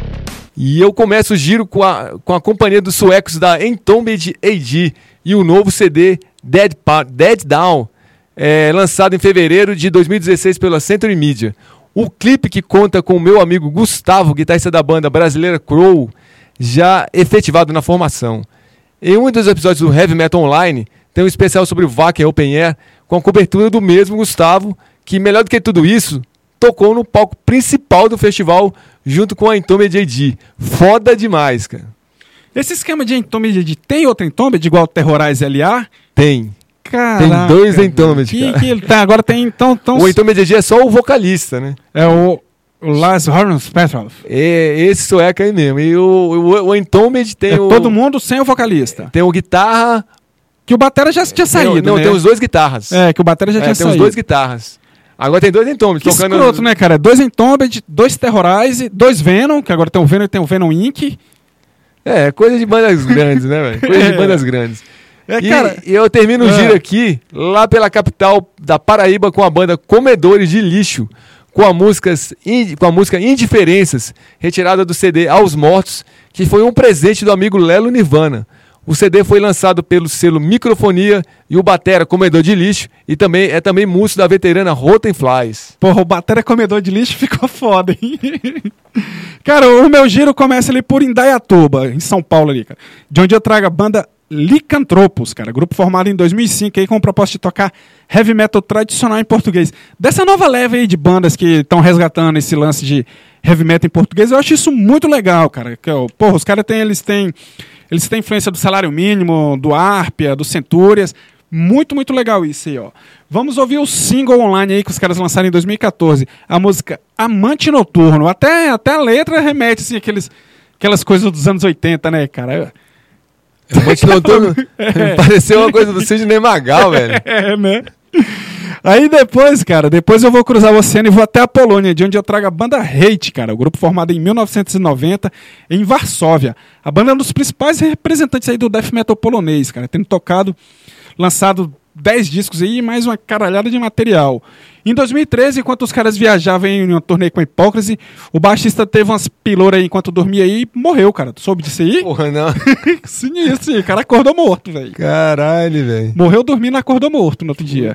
E eu começo o giro com a companhia dos suecos da Entombed AD e o novo CD Dead Down, lançado em fevereiro de 2016 pela Century Media. O clipe, que conta com o meu amigo Gustavo, guitarrista da banda brasileira Crow, já efetivado na formação. Em um dos episódios do Heavy Metal Online, tem um especial sobre o Wacken Open Air, com a cobertura do mesmo Gustavo, que, melhor do que tudo isso, tocou no palco principal do festival junto com a Entombed AD. Foda demais, cara. Esse esquema de Entombed AD, tem outra Entombed igual o Terrorize LA? Tem. Caraca, tem 2 Entombed, cara. Agora tem então... O Entombed AD é só o vocalista, né? É o Lars Horns Petrov. Esse sueco aí mesmo. E o Entombed tem todo mundo sem o vocalista. Tem o guitarra... Que o batera já tinha saído, né? Tem os 2 guitarras. Que o batera já tinha saído. Tem os 2 guitarras. Agora tem 2 Entombed tocando. Escroto, né, cara? 2 Entombed, 2 Terrorize, 2 Venom, que agora tem o Venom e tem o Venom Inc. Coisa de bandas grandes, né, velho? Coisa de bandas grandes. Cara, e eu termino o giro aqui, lá pela capital da Paraíba, com a banda Comedores de Lixo, com a música Indiferenças, retirada do CD Aos Mortos, que foi um presente do amigo Lelo Nirvana. O CD foi lançado pelo selo Microfonia e o batera Comedor de Lixo, e também músico da veterana Rotten Flies. Porra, o batera Comedor de Lixo ficou foda, hein? Cara, o meu giro começa ali por Indaiatuba, em São Paulo ali, cara. De onde eu trago a banda Licantropos, cara. Grupo formado em 2005 aí, com o propósito de tocar heavy metal tradicional em português. Dessa nova leva aí de bandas que estão resgatando esse lance de heavy metal em português, eu acho isso muito legal, cara. Porra, os caras eles têm influência do Salário Mínimo, do Árpia, do Centúrias. Muito, muito legal isso aí, ó. Vamos ouvir o single online aí que os caras lançaram em 2014. A música Amante Noturno. Até a letra remete, assim, aquelas coisas dos anos 80, né, cara? Amante Noturno pareceu uma coisa do Sidney Magal, velho. Né? Aí depois eu vou cruzar o oceano e vou até a Polônia, de onde eu trago a banda Hate, cara. O grupo formado em 1990 em Varsóvia. A banda é um dos principais representantes aí do death metal polonês, cara. Tendo lançado 10 discos aí e mais uma caralhada de material. Em 2013, enquanto os caras viajavam em uma turnê com a Hipócrise, o baixista teve umas pilouras aí enquanto dormia aí e morreu, cara. Tu soube disso aí? Porra, não. Sinistro, o cara acordou morto, velho. Caralho, velho. Morreu dormindo e acordou morto no outro dia.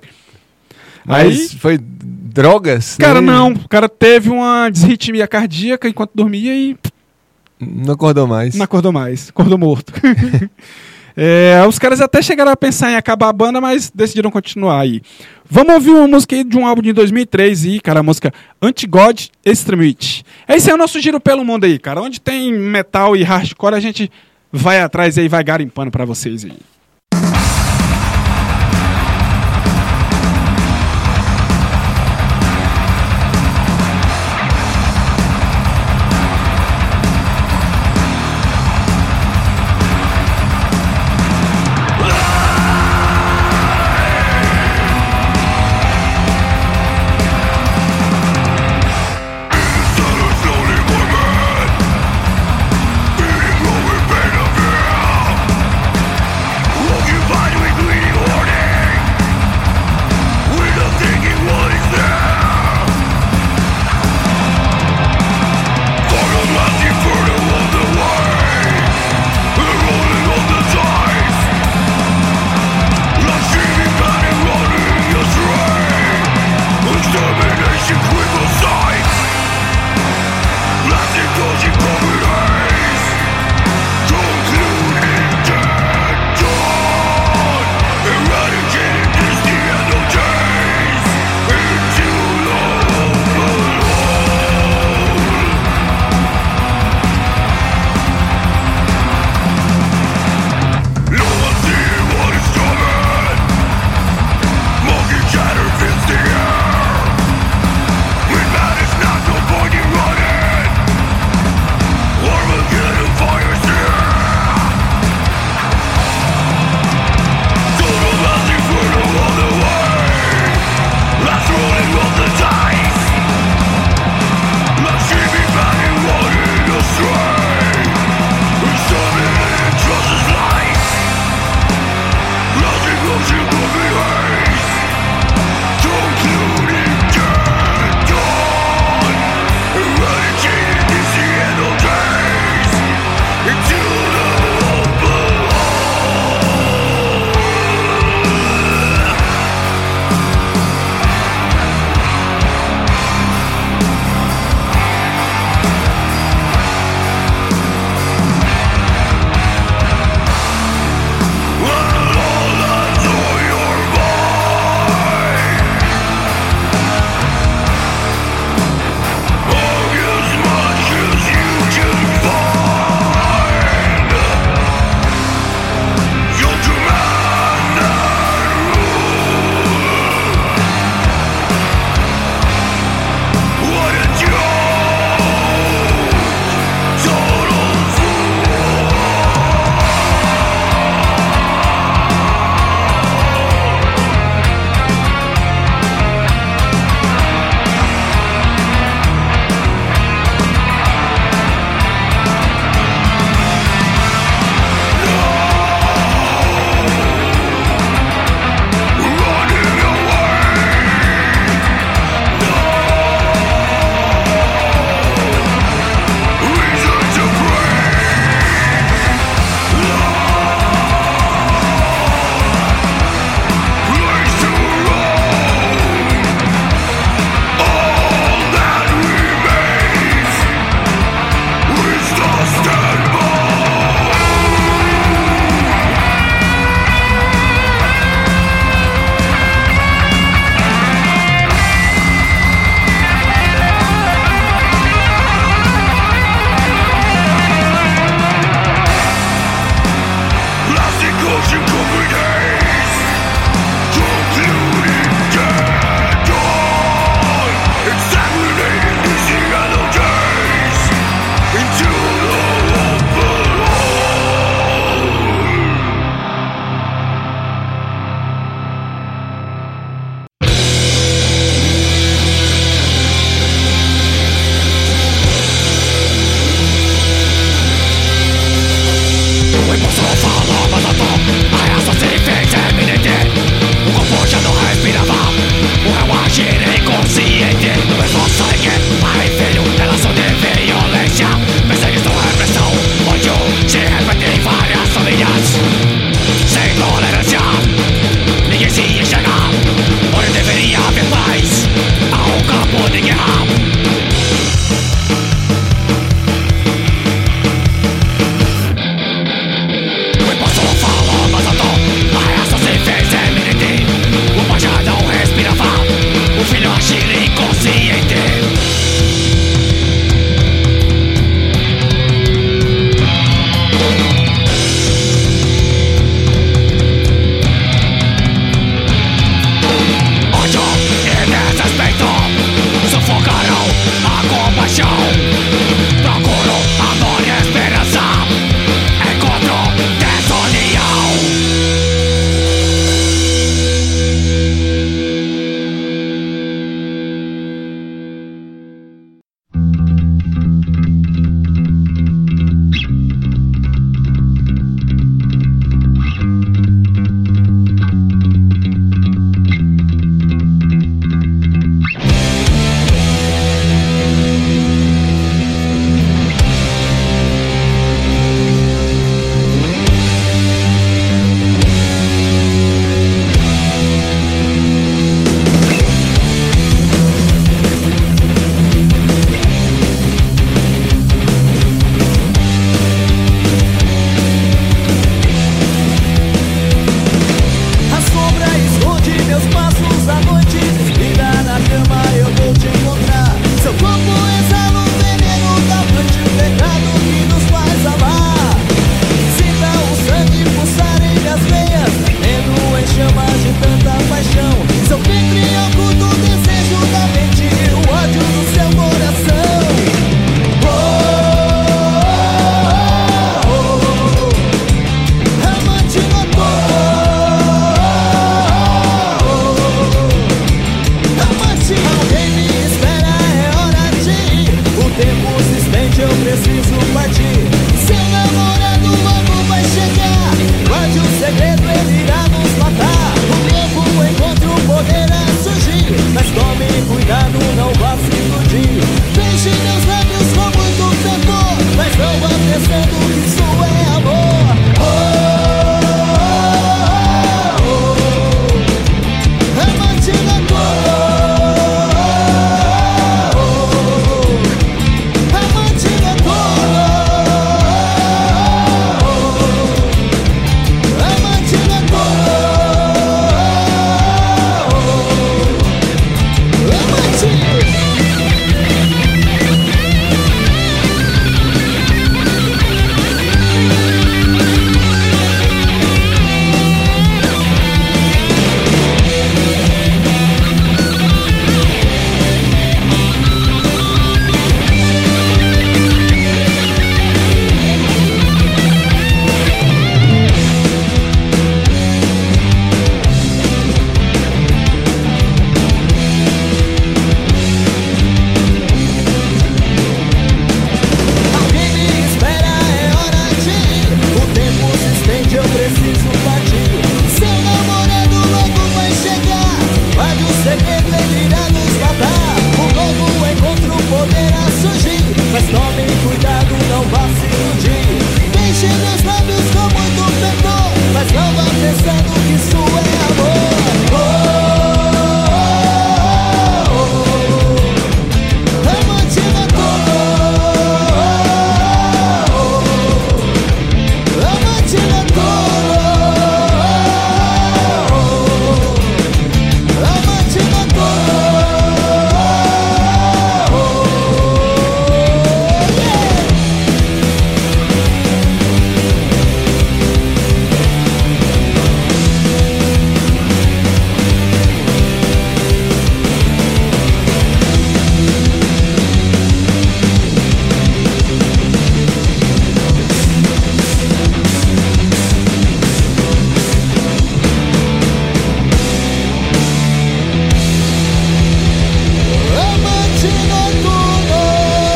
Mas aí, foi drogas? Cara, não. O cara teve uma desritmia cardíaca enquanto dormia e... Não acordou mais. Não acordou mais. Acordou morto. Os caras até chegaram a pensar em acabar a banda, mas decidiram continuar aí. Vamos ouvir uma música aí de um álbum de 2003 aí, cara. A música Anti-God Extremity. Esse é o nosso giro pelo mundo aí, cara. Onde tem metal e hardcore, a gente vai atrás aí, vai garimpando pra vocês aí. pensando que isso é amor. Amante não todo. Amante não todo. Amante não todo. Amante noturno.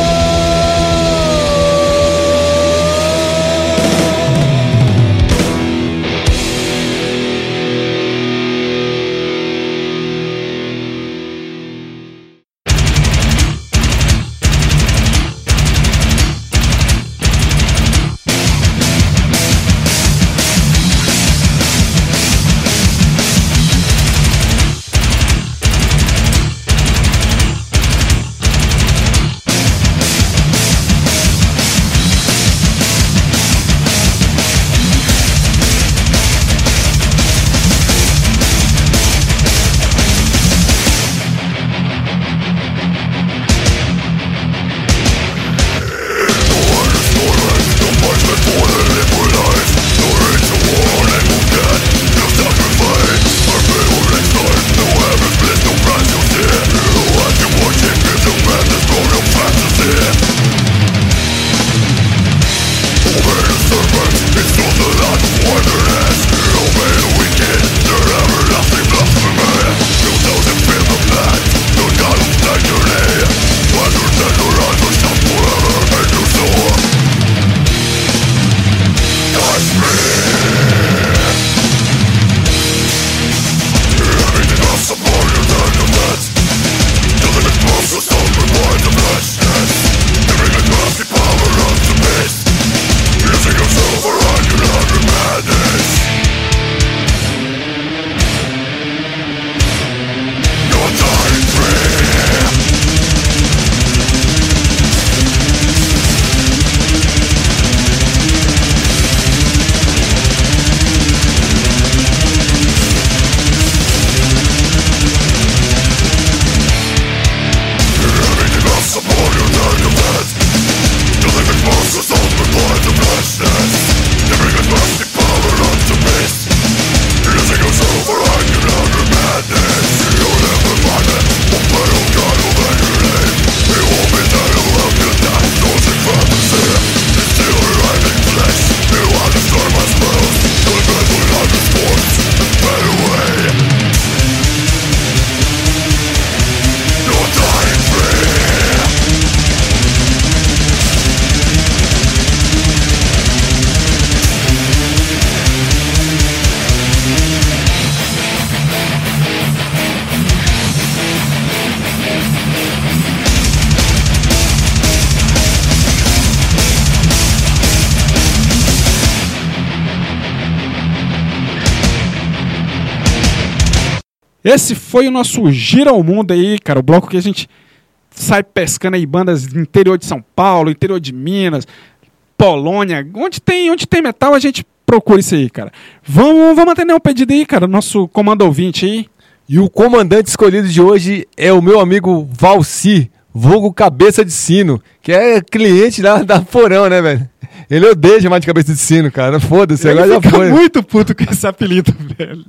Esse foi o nosso Gira ao Mundo aí, cara. O bloco que a gente sai pescando aí bandas do interior de São Paulo, interior de Minas, Polônia. Onde tem metal, a gente procura isso aí, cara. Vamos atender um pedido aí, cara. Nosso comando ouvinte aí. E o comandante escolhido de hoje é o meu amigo Valci, vulgo Cabeça de Sino, que é cliente da Porão, né, velho? Ele odeia chamar de Cabeça de Sino, cara. Foda-se, agora já foi. Muito puto com esse apelido, velho.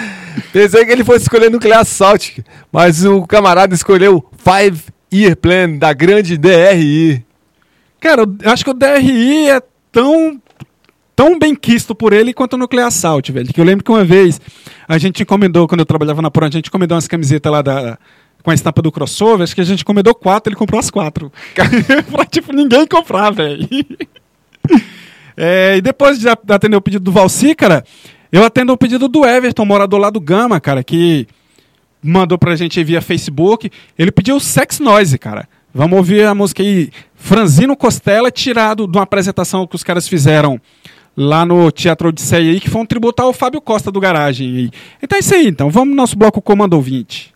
Pensei que ele fosse escolher Nuclear Assault, mas o camarada escolheu 5 Year Plan, da grande DRI. Cara, eu acho que o DRI é tão bem quisto por ele quanto o Nuclear Assault, velho. Que eu lembro que uma vez a gente encomendou, quando eu trabalhava na Porão, a gente encomendou umas camisetas lá com a estampa do crossover, acho que a gente encomendou 4, ele comprou as 4. Pra, tipo, ninguém comprar, velho. E depois de atender o pedido do Valci, cara, eu atendo o pedido do Everton, morador lá do Gama, cara, que mandou pra gente via Facebook. Ele pediu Sex Noise, cara. Vamos ouvir a música aí, Franzino Costela, tirado de uma apresentação que os caras fizeram lá no Teatro Odisseia aí, que foi um tributo ao Fábio Costa do Garagem aí. Então é isso aí, então. Vamos no nosso bloco Comando Ouvinte.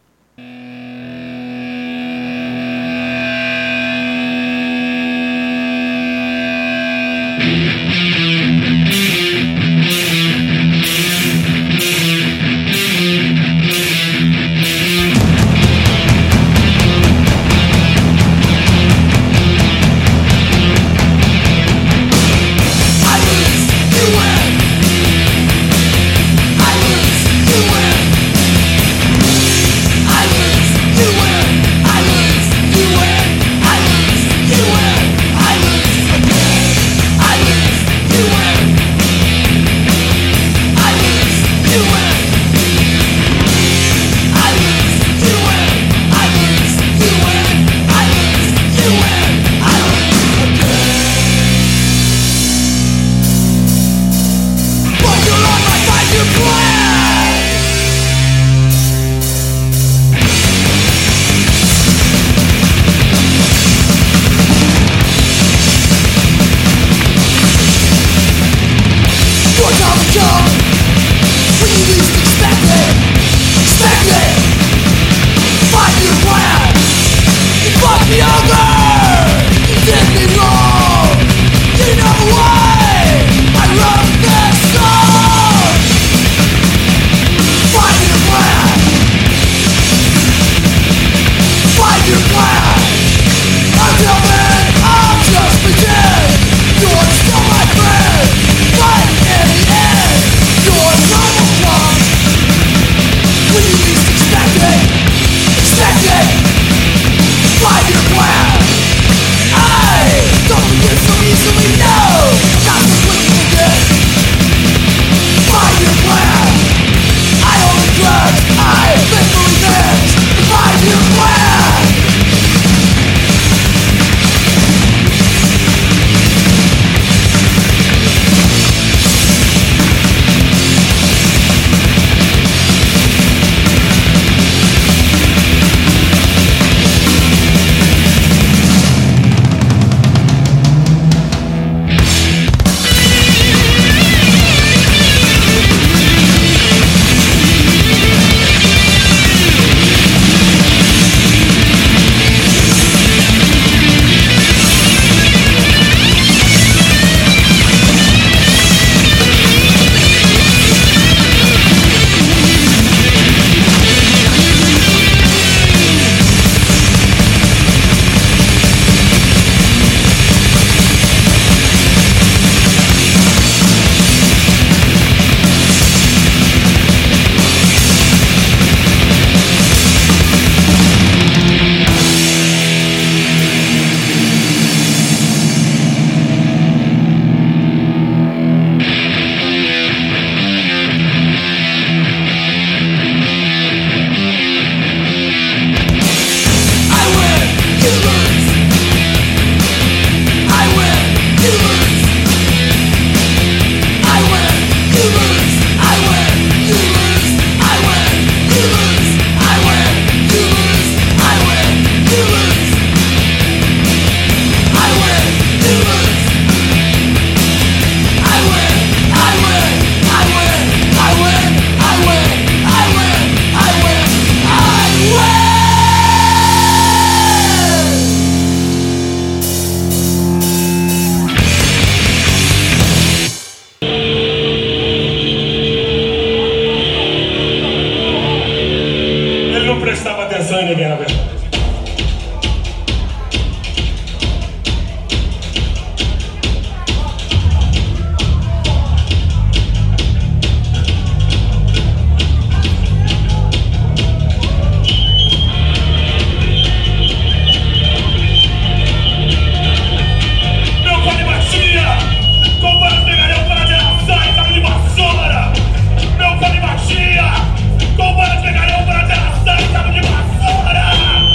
Com bolas pegarão para terra, sai, cabo de vassoura!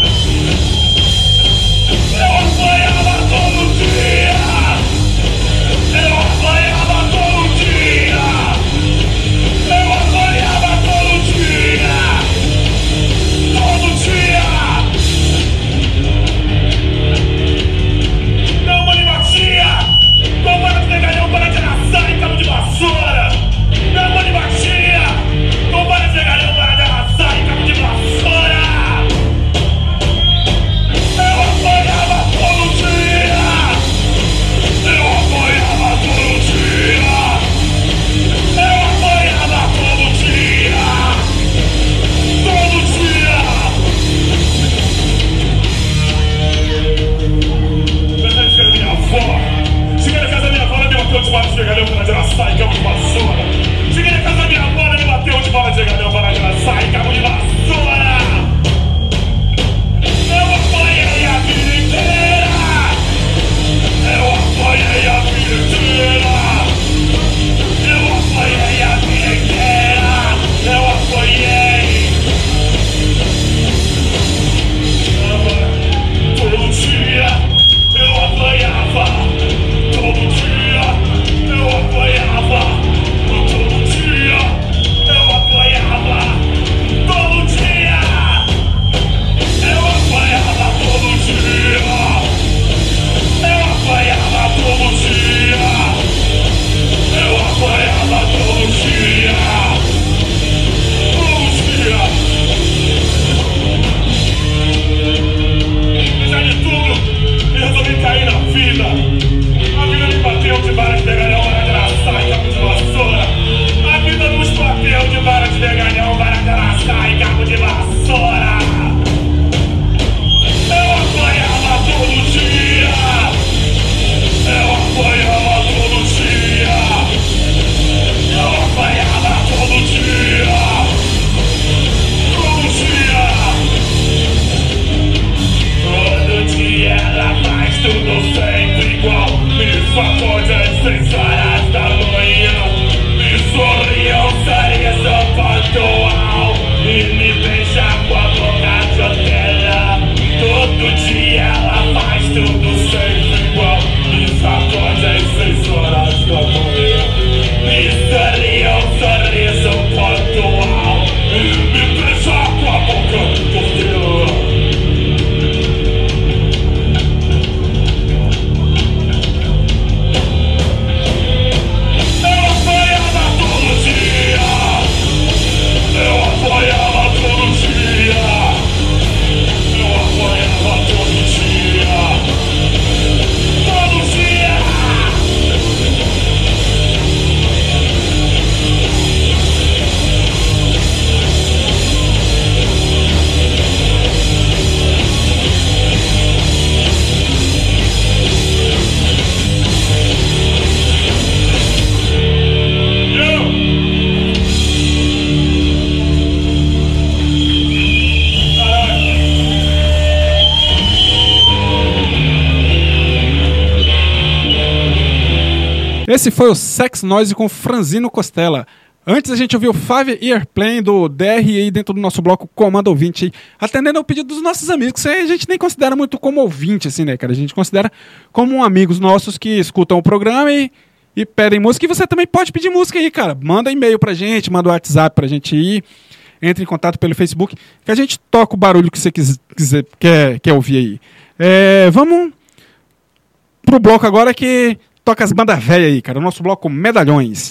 Esse foi o Sex Noise com Franzino Costela. Antes a gente ouviu o 5 Year Plan do DR aí dentro do nosso bloco Comando Ouvinte, aí, atendendo ao pedido dos nossos amigos, que isso aí a gente nem considera muito como ouvinte, assim, né, cara? A gente considera como amigos nossos que escutam o programa e pedem música. E você também pode pedir música aí, cara. Manda e-mail pra gente, manda o WhatsApp pra gente ir, entre em contato pelo Facebook, que a gente toca o barulho que você quer ouvir aí. Vamos pro bloco agora que toca as bandas velhas aí, cara. O nosso bloco Medalhões.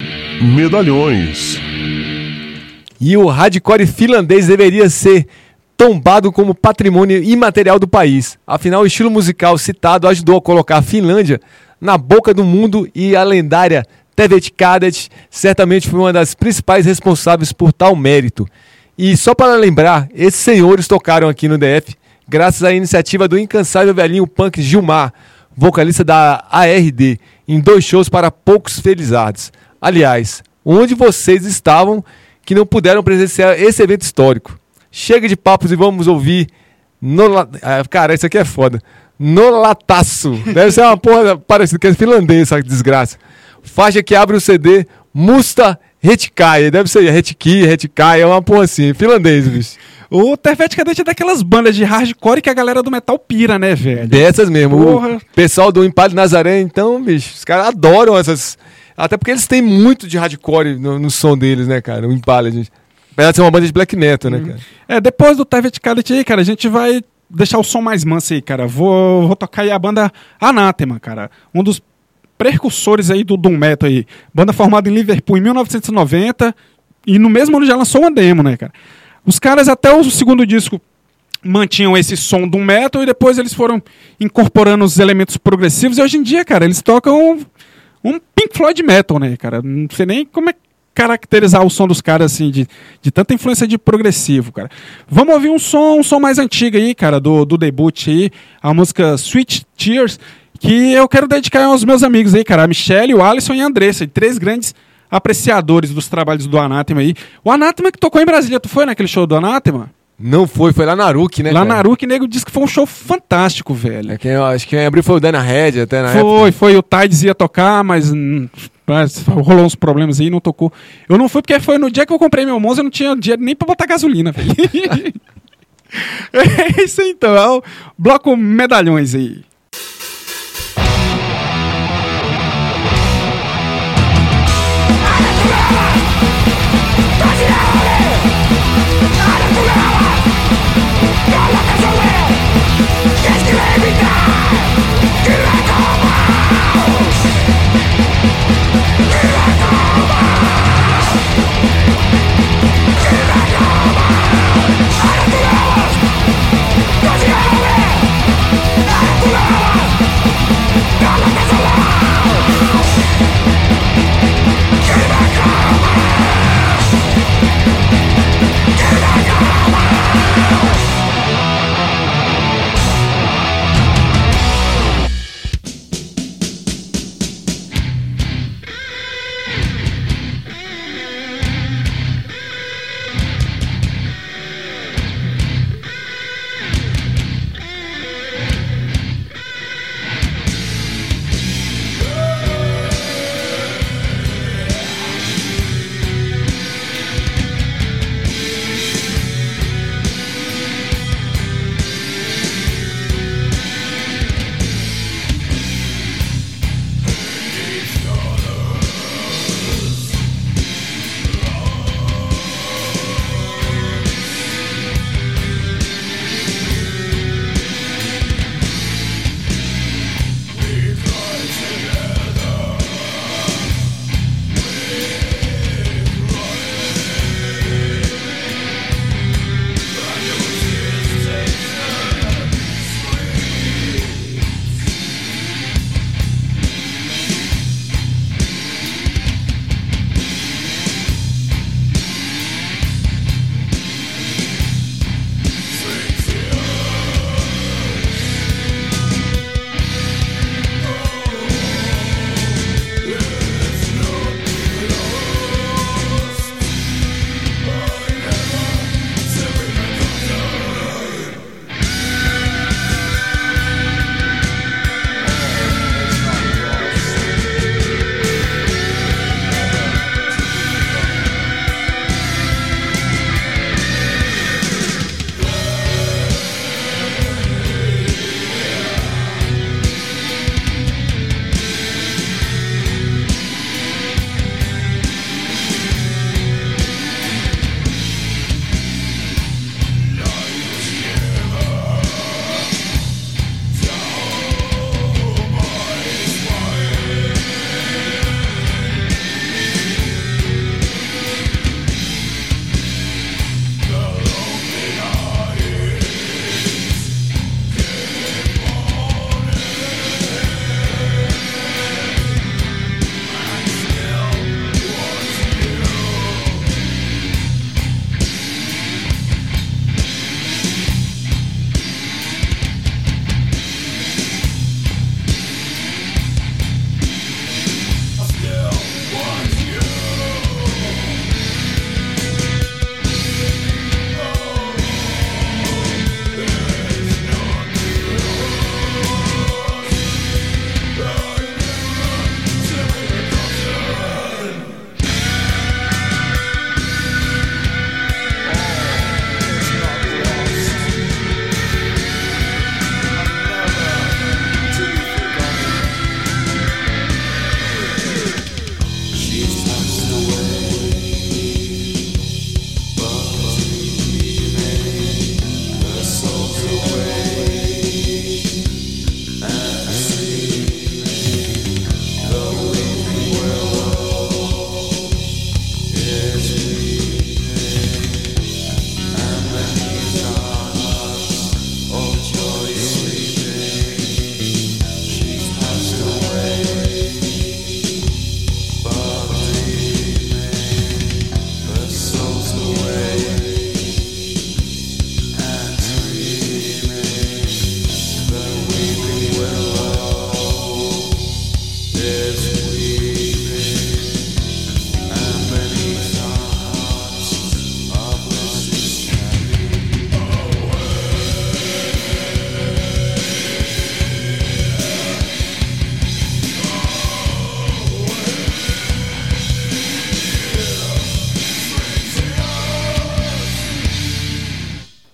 Medalhões. E o hardcore finlandês deveria ser tombado como patrimônio imaterial do país. Afinal, o estilo musical citado ajudou a colocar a Finlândia na boca do mundo e a lendária Tevet Cadet certamente foi uma das principais responsáveis por tal mérito. E só para lembrar, esses senhores tocaram aqui no DF graças à iniciativa do incansável velhinho punk Gilmar, vocalista da ARD, em 2 shows para poucos felizardos. Aliás, onde vocês estavam que não puderam presenciar esse evento histórico? Chega de papos e vamos ouvir... Cara, isso aqui é foda. Nolataço. Deve ser uma porra parecida, que é finlandês, essa desgraça. Faixa que abre o CD, Musta Retkai. Deve ser Retkai, é uma porra assim, finlandês, bicho. O Tevet Cadet é daquelas bandas de hardcore que a galera do metal pira, né, velho? Dessas mesmo. Porra. O pessoal do Impalho Nazaré, então, bicho, os caras adoram essas... Até porque eles têm muito de hardcore no som deles, né, cara? O Impala, gente. Apesar de ser uma banda de black metal, né, cara? Depois do Tevet Cadet aí, cara, a gente vai deixar o som mais manso aí, cara. Vou tocar aí a banda Anathema, cara. Um dos precursores aí do Doom Metal aí. Banda formada em Liverpool em 1990 e no mesmo ano já lançou uma demo, né, cara? Os caras até o segundo disco mantinham esse som Doom Metal e depois eles foram incorporando os elementos progressivos e hoje em dia, cara, eles tocam um Pink Floyd Metal, né, cara? Não sei nem como é caracterizar o som dos caras, assim, de tanta influência de progressivo, cara. Vamos ouvir um som mais antigo aí, cara, do debut aí, a música Sweet Tears, que eu quero dedicar aos meus amigos aí, cara, a Michelle, o Alisson e a Andressa, 3 grandes apreciadores dos trabalhos do Anathema aí. O Anathema que tocou em Brasília, tu foi naquele show do Anathema? Não foi lá na Aruc, né, Lá cara? na Aruc, o nego disse que foi um show fantástico, velho. Acho que quem abriu foi o Dana Red até na época. Foi, o Tides ia tocar, mas rolou uns problemas aí e não tocou. Eu não fui porque foi no dia que eu comprei meu Monza, eu não tinha dinheiro nem pra botar gasolina, velho. É isso aí, então, é o bloco Medalhões aí.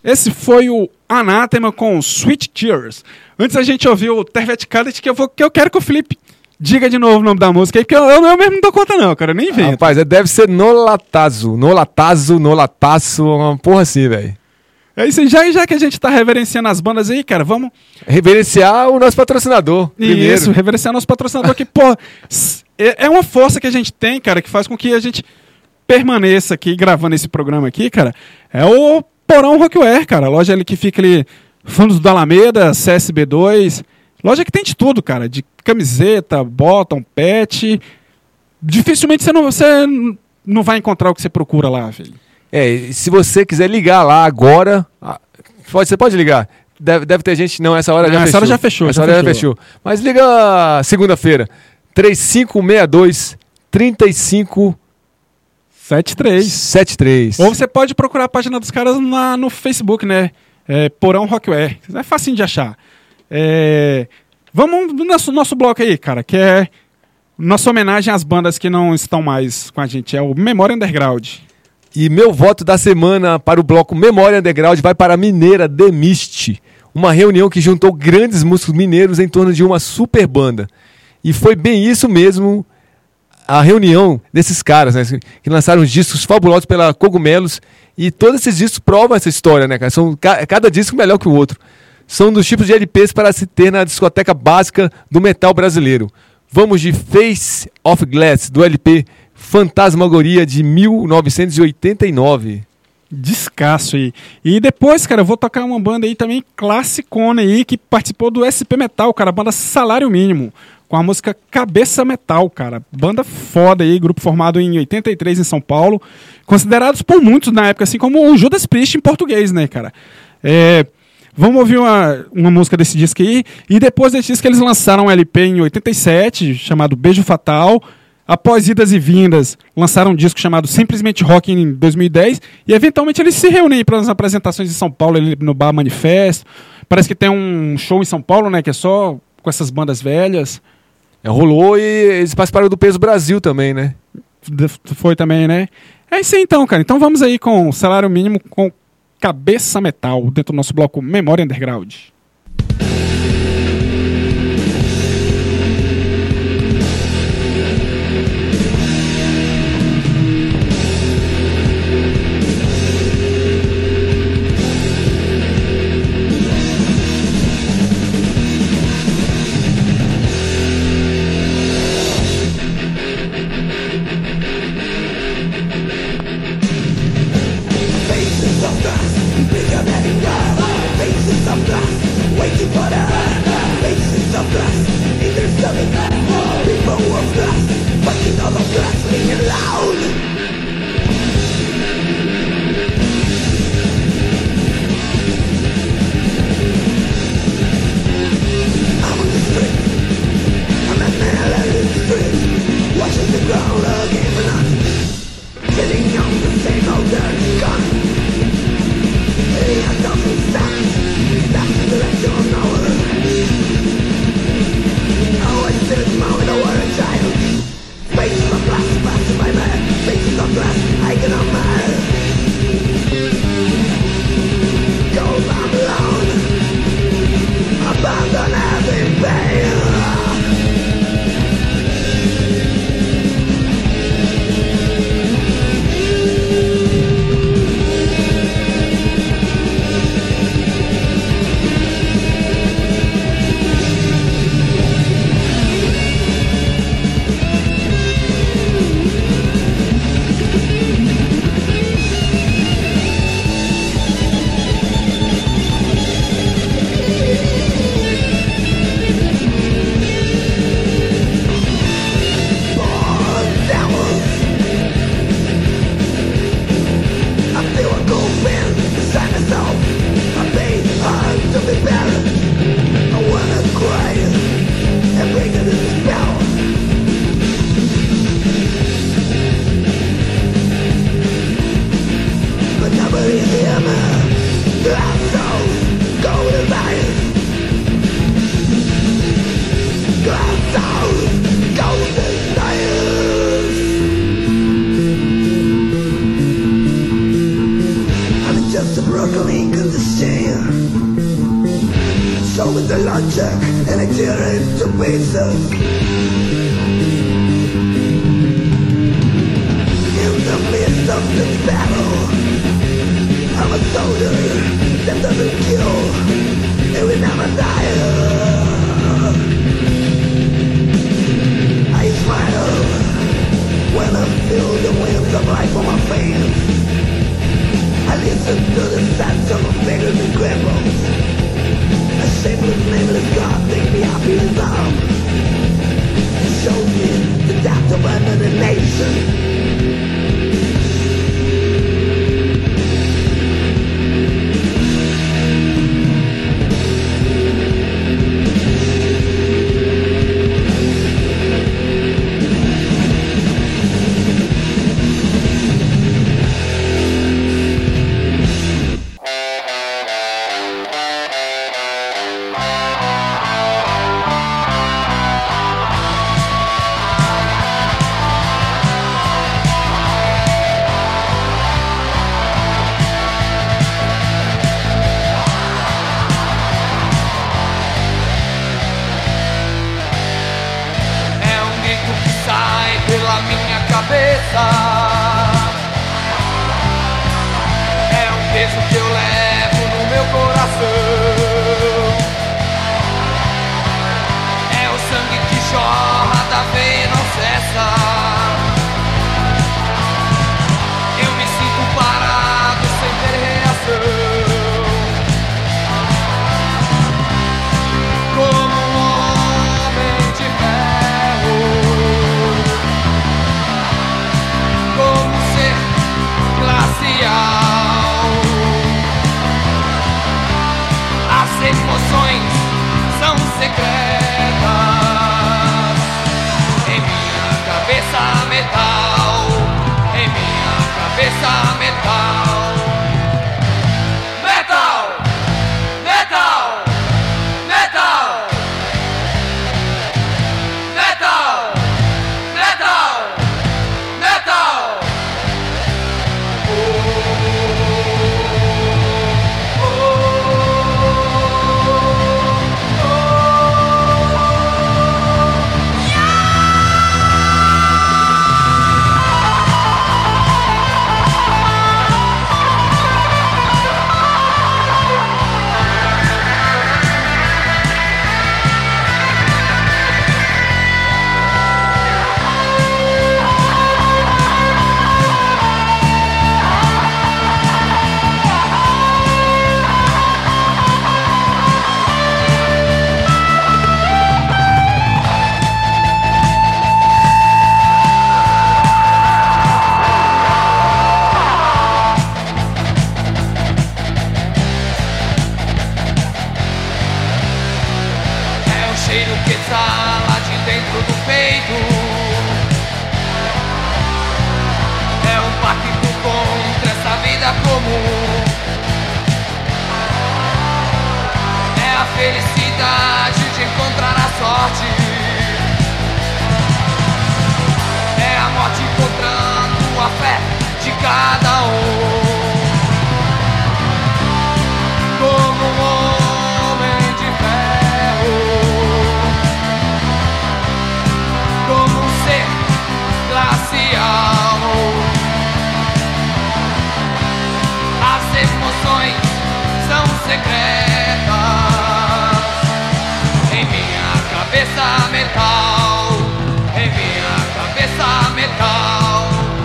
Esse foi o Anathema com Sweet Tears. Antes a gente ouviu o Terveticality, que eu quero que o Felipe diga de novo o nome da música aí, porque eu mesmo não dou conta não, cara, eu nem invento. Rapaz, deve ser Nolatazo, Nolataço, uma porra assim, velho. É isso aí, já que a gente tá reverenciando as bandas aí, cara, vamos... Reverenciar o nosso patrocinador. Primeiro. Isso, reverenciar nosso patrocinador, que, pô, é uma força que a gente tem, cara, que faz com que a gente permaneça aqui gravando esse programa aqui, cara. É o Porão Rockwear, cara, a loja ali que fica ali, Fundos do Alameda, CSB2, loja que tem de tudo, cara, de camiseta, bottom, pet. Dificilmente você não vai encontrar o que você procura lá, filho. Se você quiser ligar lá agora, você pode ligar. Deve ter gente. Não, essa hora já fechou. Essa hora já fechou. Essa hora já fechou. Mas liga segunda-feira. 3562-3573. Ou você pode procurar a página dos caras no Facebook, né? Porão Rockwear. É facinho de achar. Vamos no nosso bloco aí, cara, que é nossa homenagem às bandas que não estão mais com a gente. É o Memória Underground. E meu voto da semana para o bloco Memória Underground vai para a mineira The Mist. Uma reunião que juntou grandes músicos mineiros em torno de uma super banda. E foi bem isso mesmo, a reunião desses caras, né, que lançaram discos fabulosos pela Cogumelos. E todos esses discos provam essa história, né, cara? São cada disco melhor que o outro. São dos tipos de LPs para se ter na discoteca básica do metal brasileiro. Vamos de Face of Glass, do LP Fantasmagoria de 1989. Descasso aí. E depois, cara, eu vou tocar uma banda aí também classicona aí, que participou do SP Metal, cara, a banda Salário Mínimo, com a música Cabeça Metal, cara. Banda foda aí, grupo formado em 83 em São Paulo, considerados por muitos na época, assim como o Judas Priest em português, né, cara? Vamos ouvir uma música desse disco aí, e depois desse disco eles lançaram um LP em 87, chamado Beijo Fatal. Após idas e vindas, lançaram um disco chamado Simplesmente Rock em 2010, e eventualmente eles se reúnem para as apresentações em São Paulo, ali no Bar Manifesto. Parece que tem um show em São Paulo, né, que é só com essas bandas velhas. Rolou, e eles participaram do Peso Brasil também, né? Foi também, né? É isso aí então, cara. Então vamos aí com o Salário Mínimo com Cabeça Metal, dentro do nosso bloco Memória Underground. just just a Brooklyn could share. Show me the logic and I tear it to pieces. In the midst of this battle, I'm a soldier that doesn't kill, and we never die. I smile when I feel the winds of life on my face. I listen to the sounds of beggars and cripples. A shapeless, nameless God takes me up in his arms. He shows me the depth of another nation. É um peso que eu levo no meu coração. É o sangue que jorra da veia e não cessa. Eu me sinto parado sem ter reação. Como um homem de ferro. Como ser glacial. As emoções são secretas. Em minha cabeça metal. Em minha cabeça metal. Metal! Metal! Metal! Metal! Metal! Metal! Cheiro que exala de dentro do peito. É um pacto contra essa vida comum. É a felicidade de encontrar a sorte. É a morte encontrando a fé de cada um. Como um homem de ferro. Como um ser glacial. As emoções são secretas. Em minha cabeça metal. Em minha cabeça metal.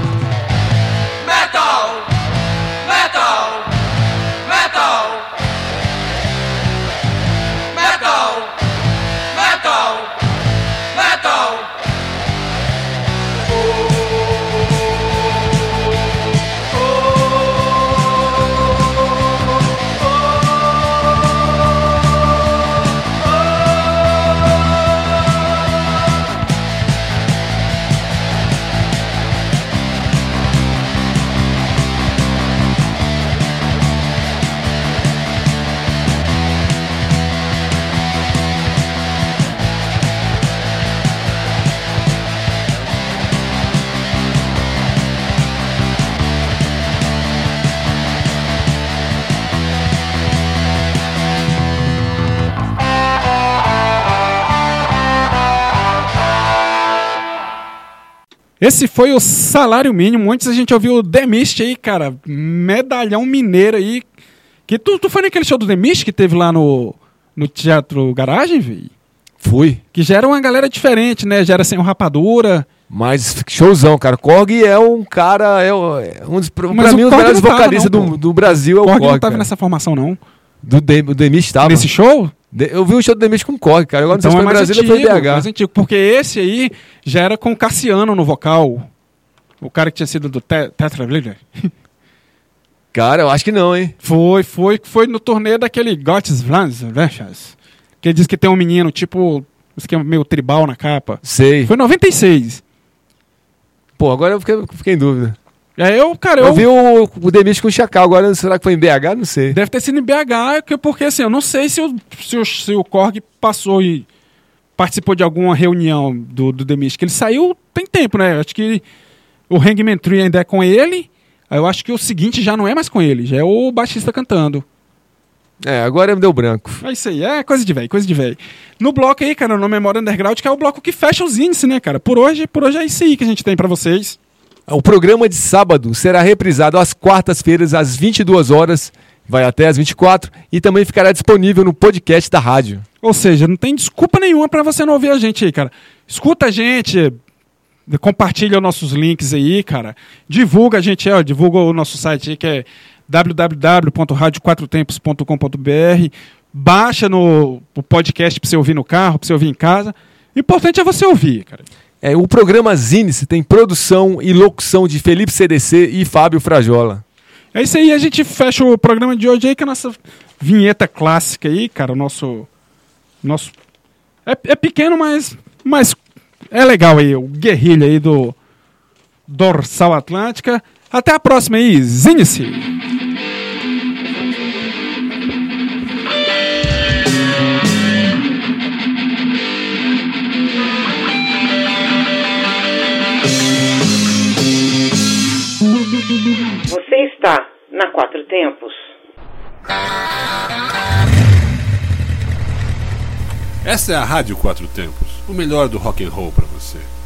Metal! Metal! Metal! Metal! Metal! Metal! Esse foi o Salário Mínimo. Antes a gente ouviu o The Mist aí, cara. Medalhão mineiro aí. Que tu foi naquele show do The Mist que teve lá no Teatro Garagem, velho? Fui. Que já era uma galera diferente, né? Já era sem o Rapadura. Mas showzão, cara. Korg é um cara... um dos, pra mim, um dos melhores vocalistas do Brasil é o Korg Korg. não tava cara. nessa formação, não. Do The Mist tava. Nesse show? Eu vi um show do The Mist com Korg, cara. Agora não sei se foi em Brasília ou foi em BH. Mais antigo, porque esse aí já era com o Cassiano no vocal. O cara que tinha sido do Tetra Blade. Cara, eu acho que não, hein? Foi no turnê daquele Gottes Vlans, que ele diz que tem um menino, tipo, esquema meio tribal na capa. Sei. Foi em 96. Pô, agora eu fiquei em dúvida. Eu vi o The Mist com o Chacal, agora será que foi em BH? Não sei. Deve ter sido em BH, porque assim, eu não sei se o Korg passou e participou de alguma reunião do The Mist, que ele saiu tem tempo, né? Acho que o Hangman Tree ainda é com ele, aí eu acho que o seguinte já não é mais com ele, já é o baixista cantando. Agora me deu branco. É isso aí, é coisa de velho. No bloco aí, cara, no Memória Underground, que é o bloco que fecha os índices, né, cara? Por hoje é isso aí que a gente tem pra vocês. O programa de sábado será reprisado às quartas-feiras, às 22 horas, vai até às 24, e também ficará disponível no podcast da rádio. Ou seja, não tem desculpa nenhuma pra você não ouvir a gente aí, cara. Escuta a gente, compartilha os nossos links aí, cara. Divulga a gente, divulga o nosso site aí, que é www.radioquatrotempos.com.br. Baixa o podcast pra você ouvir no carro, pra você ouvir em casa. O importante é você ouvir, cara. O programa Zinice tem produção e locução de Felipe CDC e Fábio Frajola. É isso aí, a gente fecha o programa de hoje aí com a nossa vinheta clássica aí, cara. O nosso é pequeno, mas é legal aí, o guerrilha aí do Dorsal Atlântica. Até a próxima aí, Zinice! Você está na Quatro Tempos. Essa é a Rádio Quatro Tempos, o melhor do rock and roll pra você.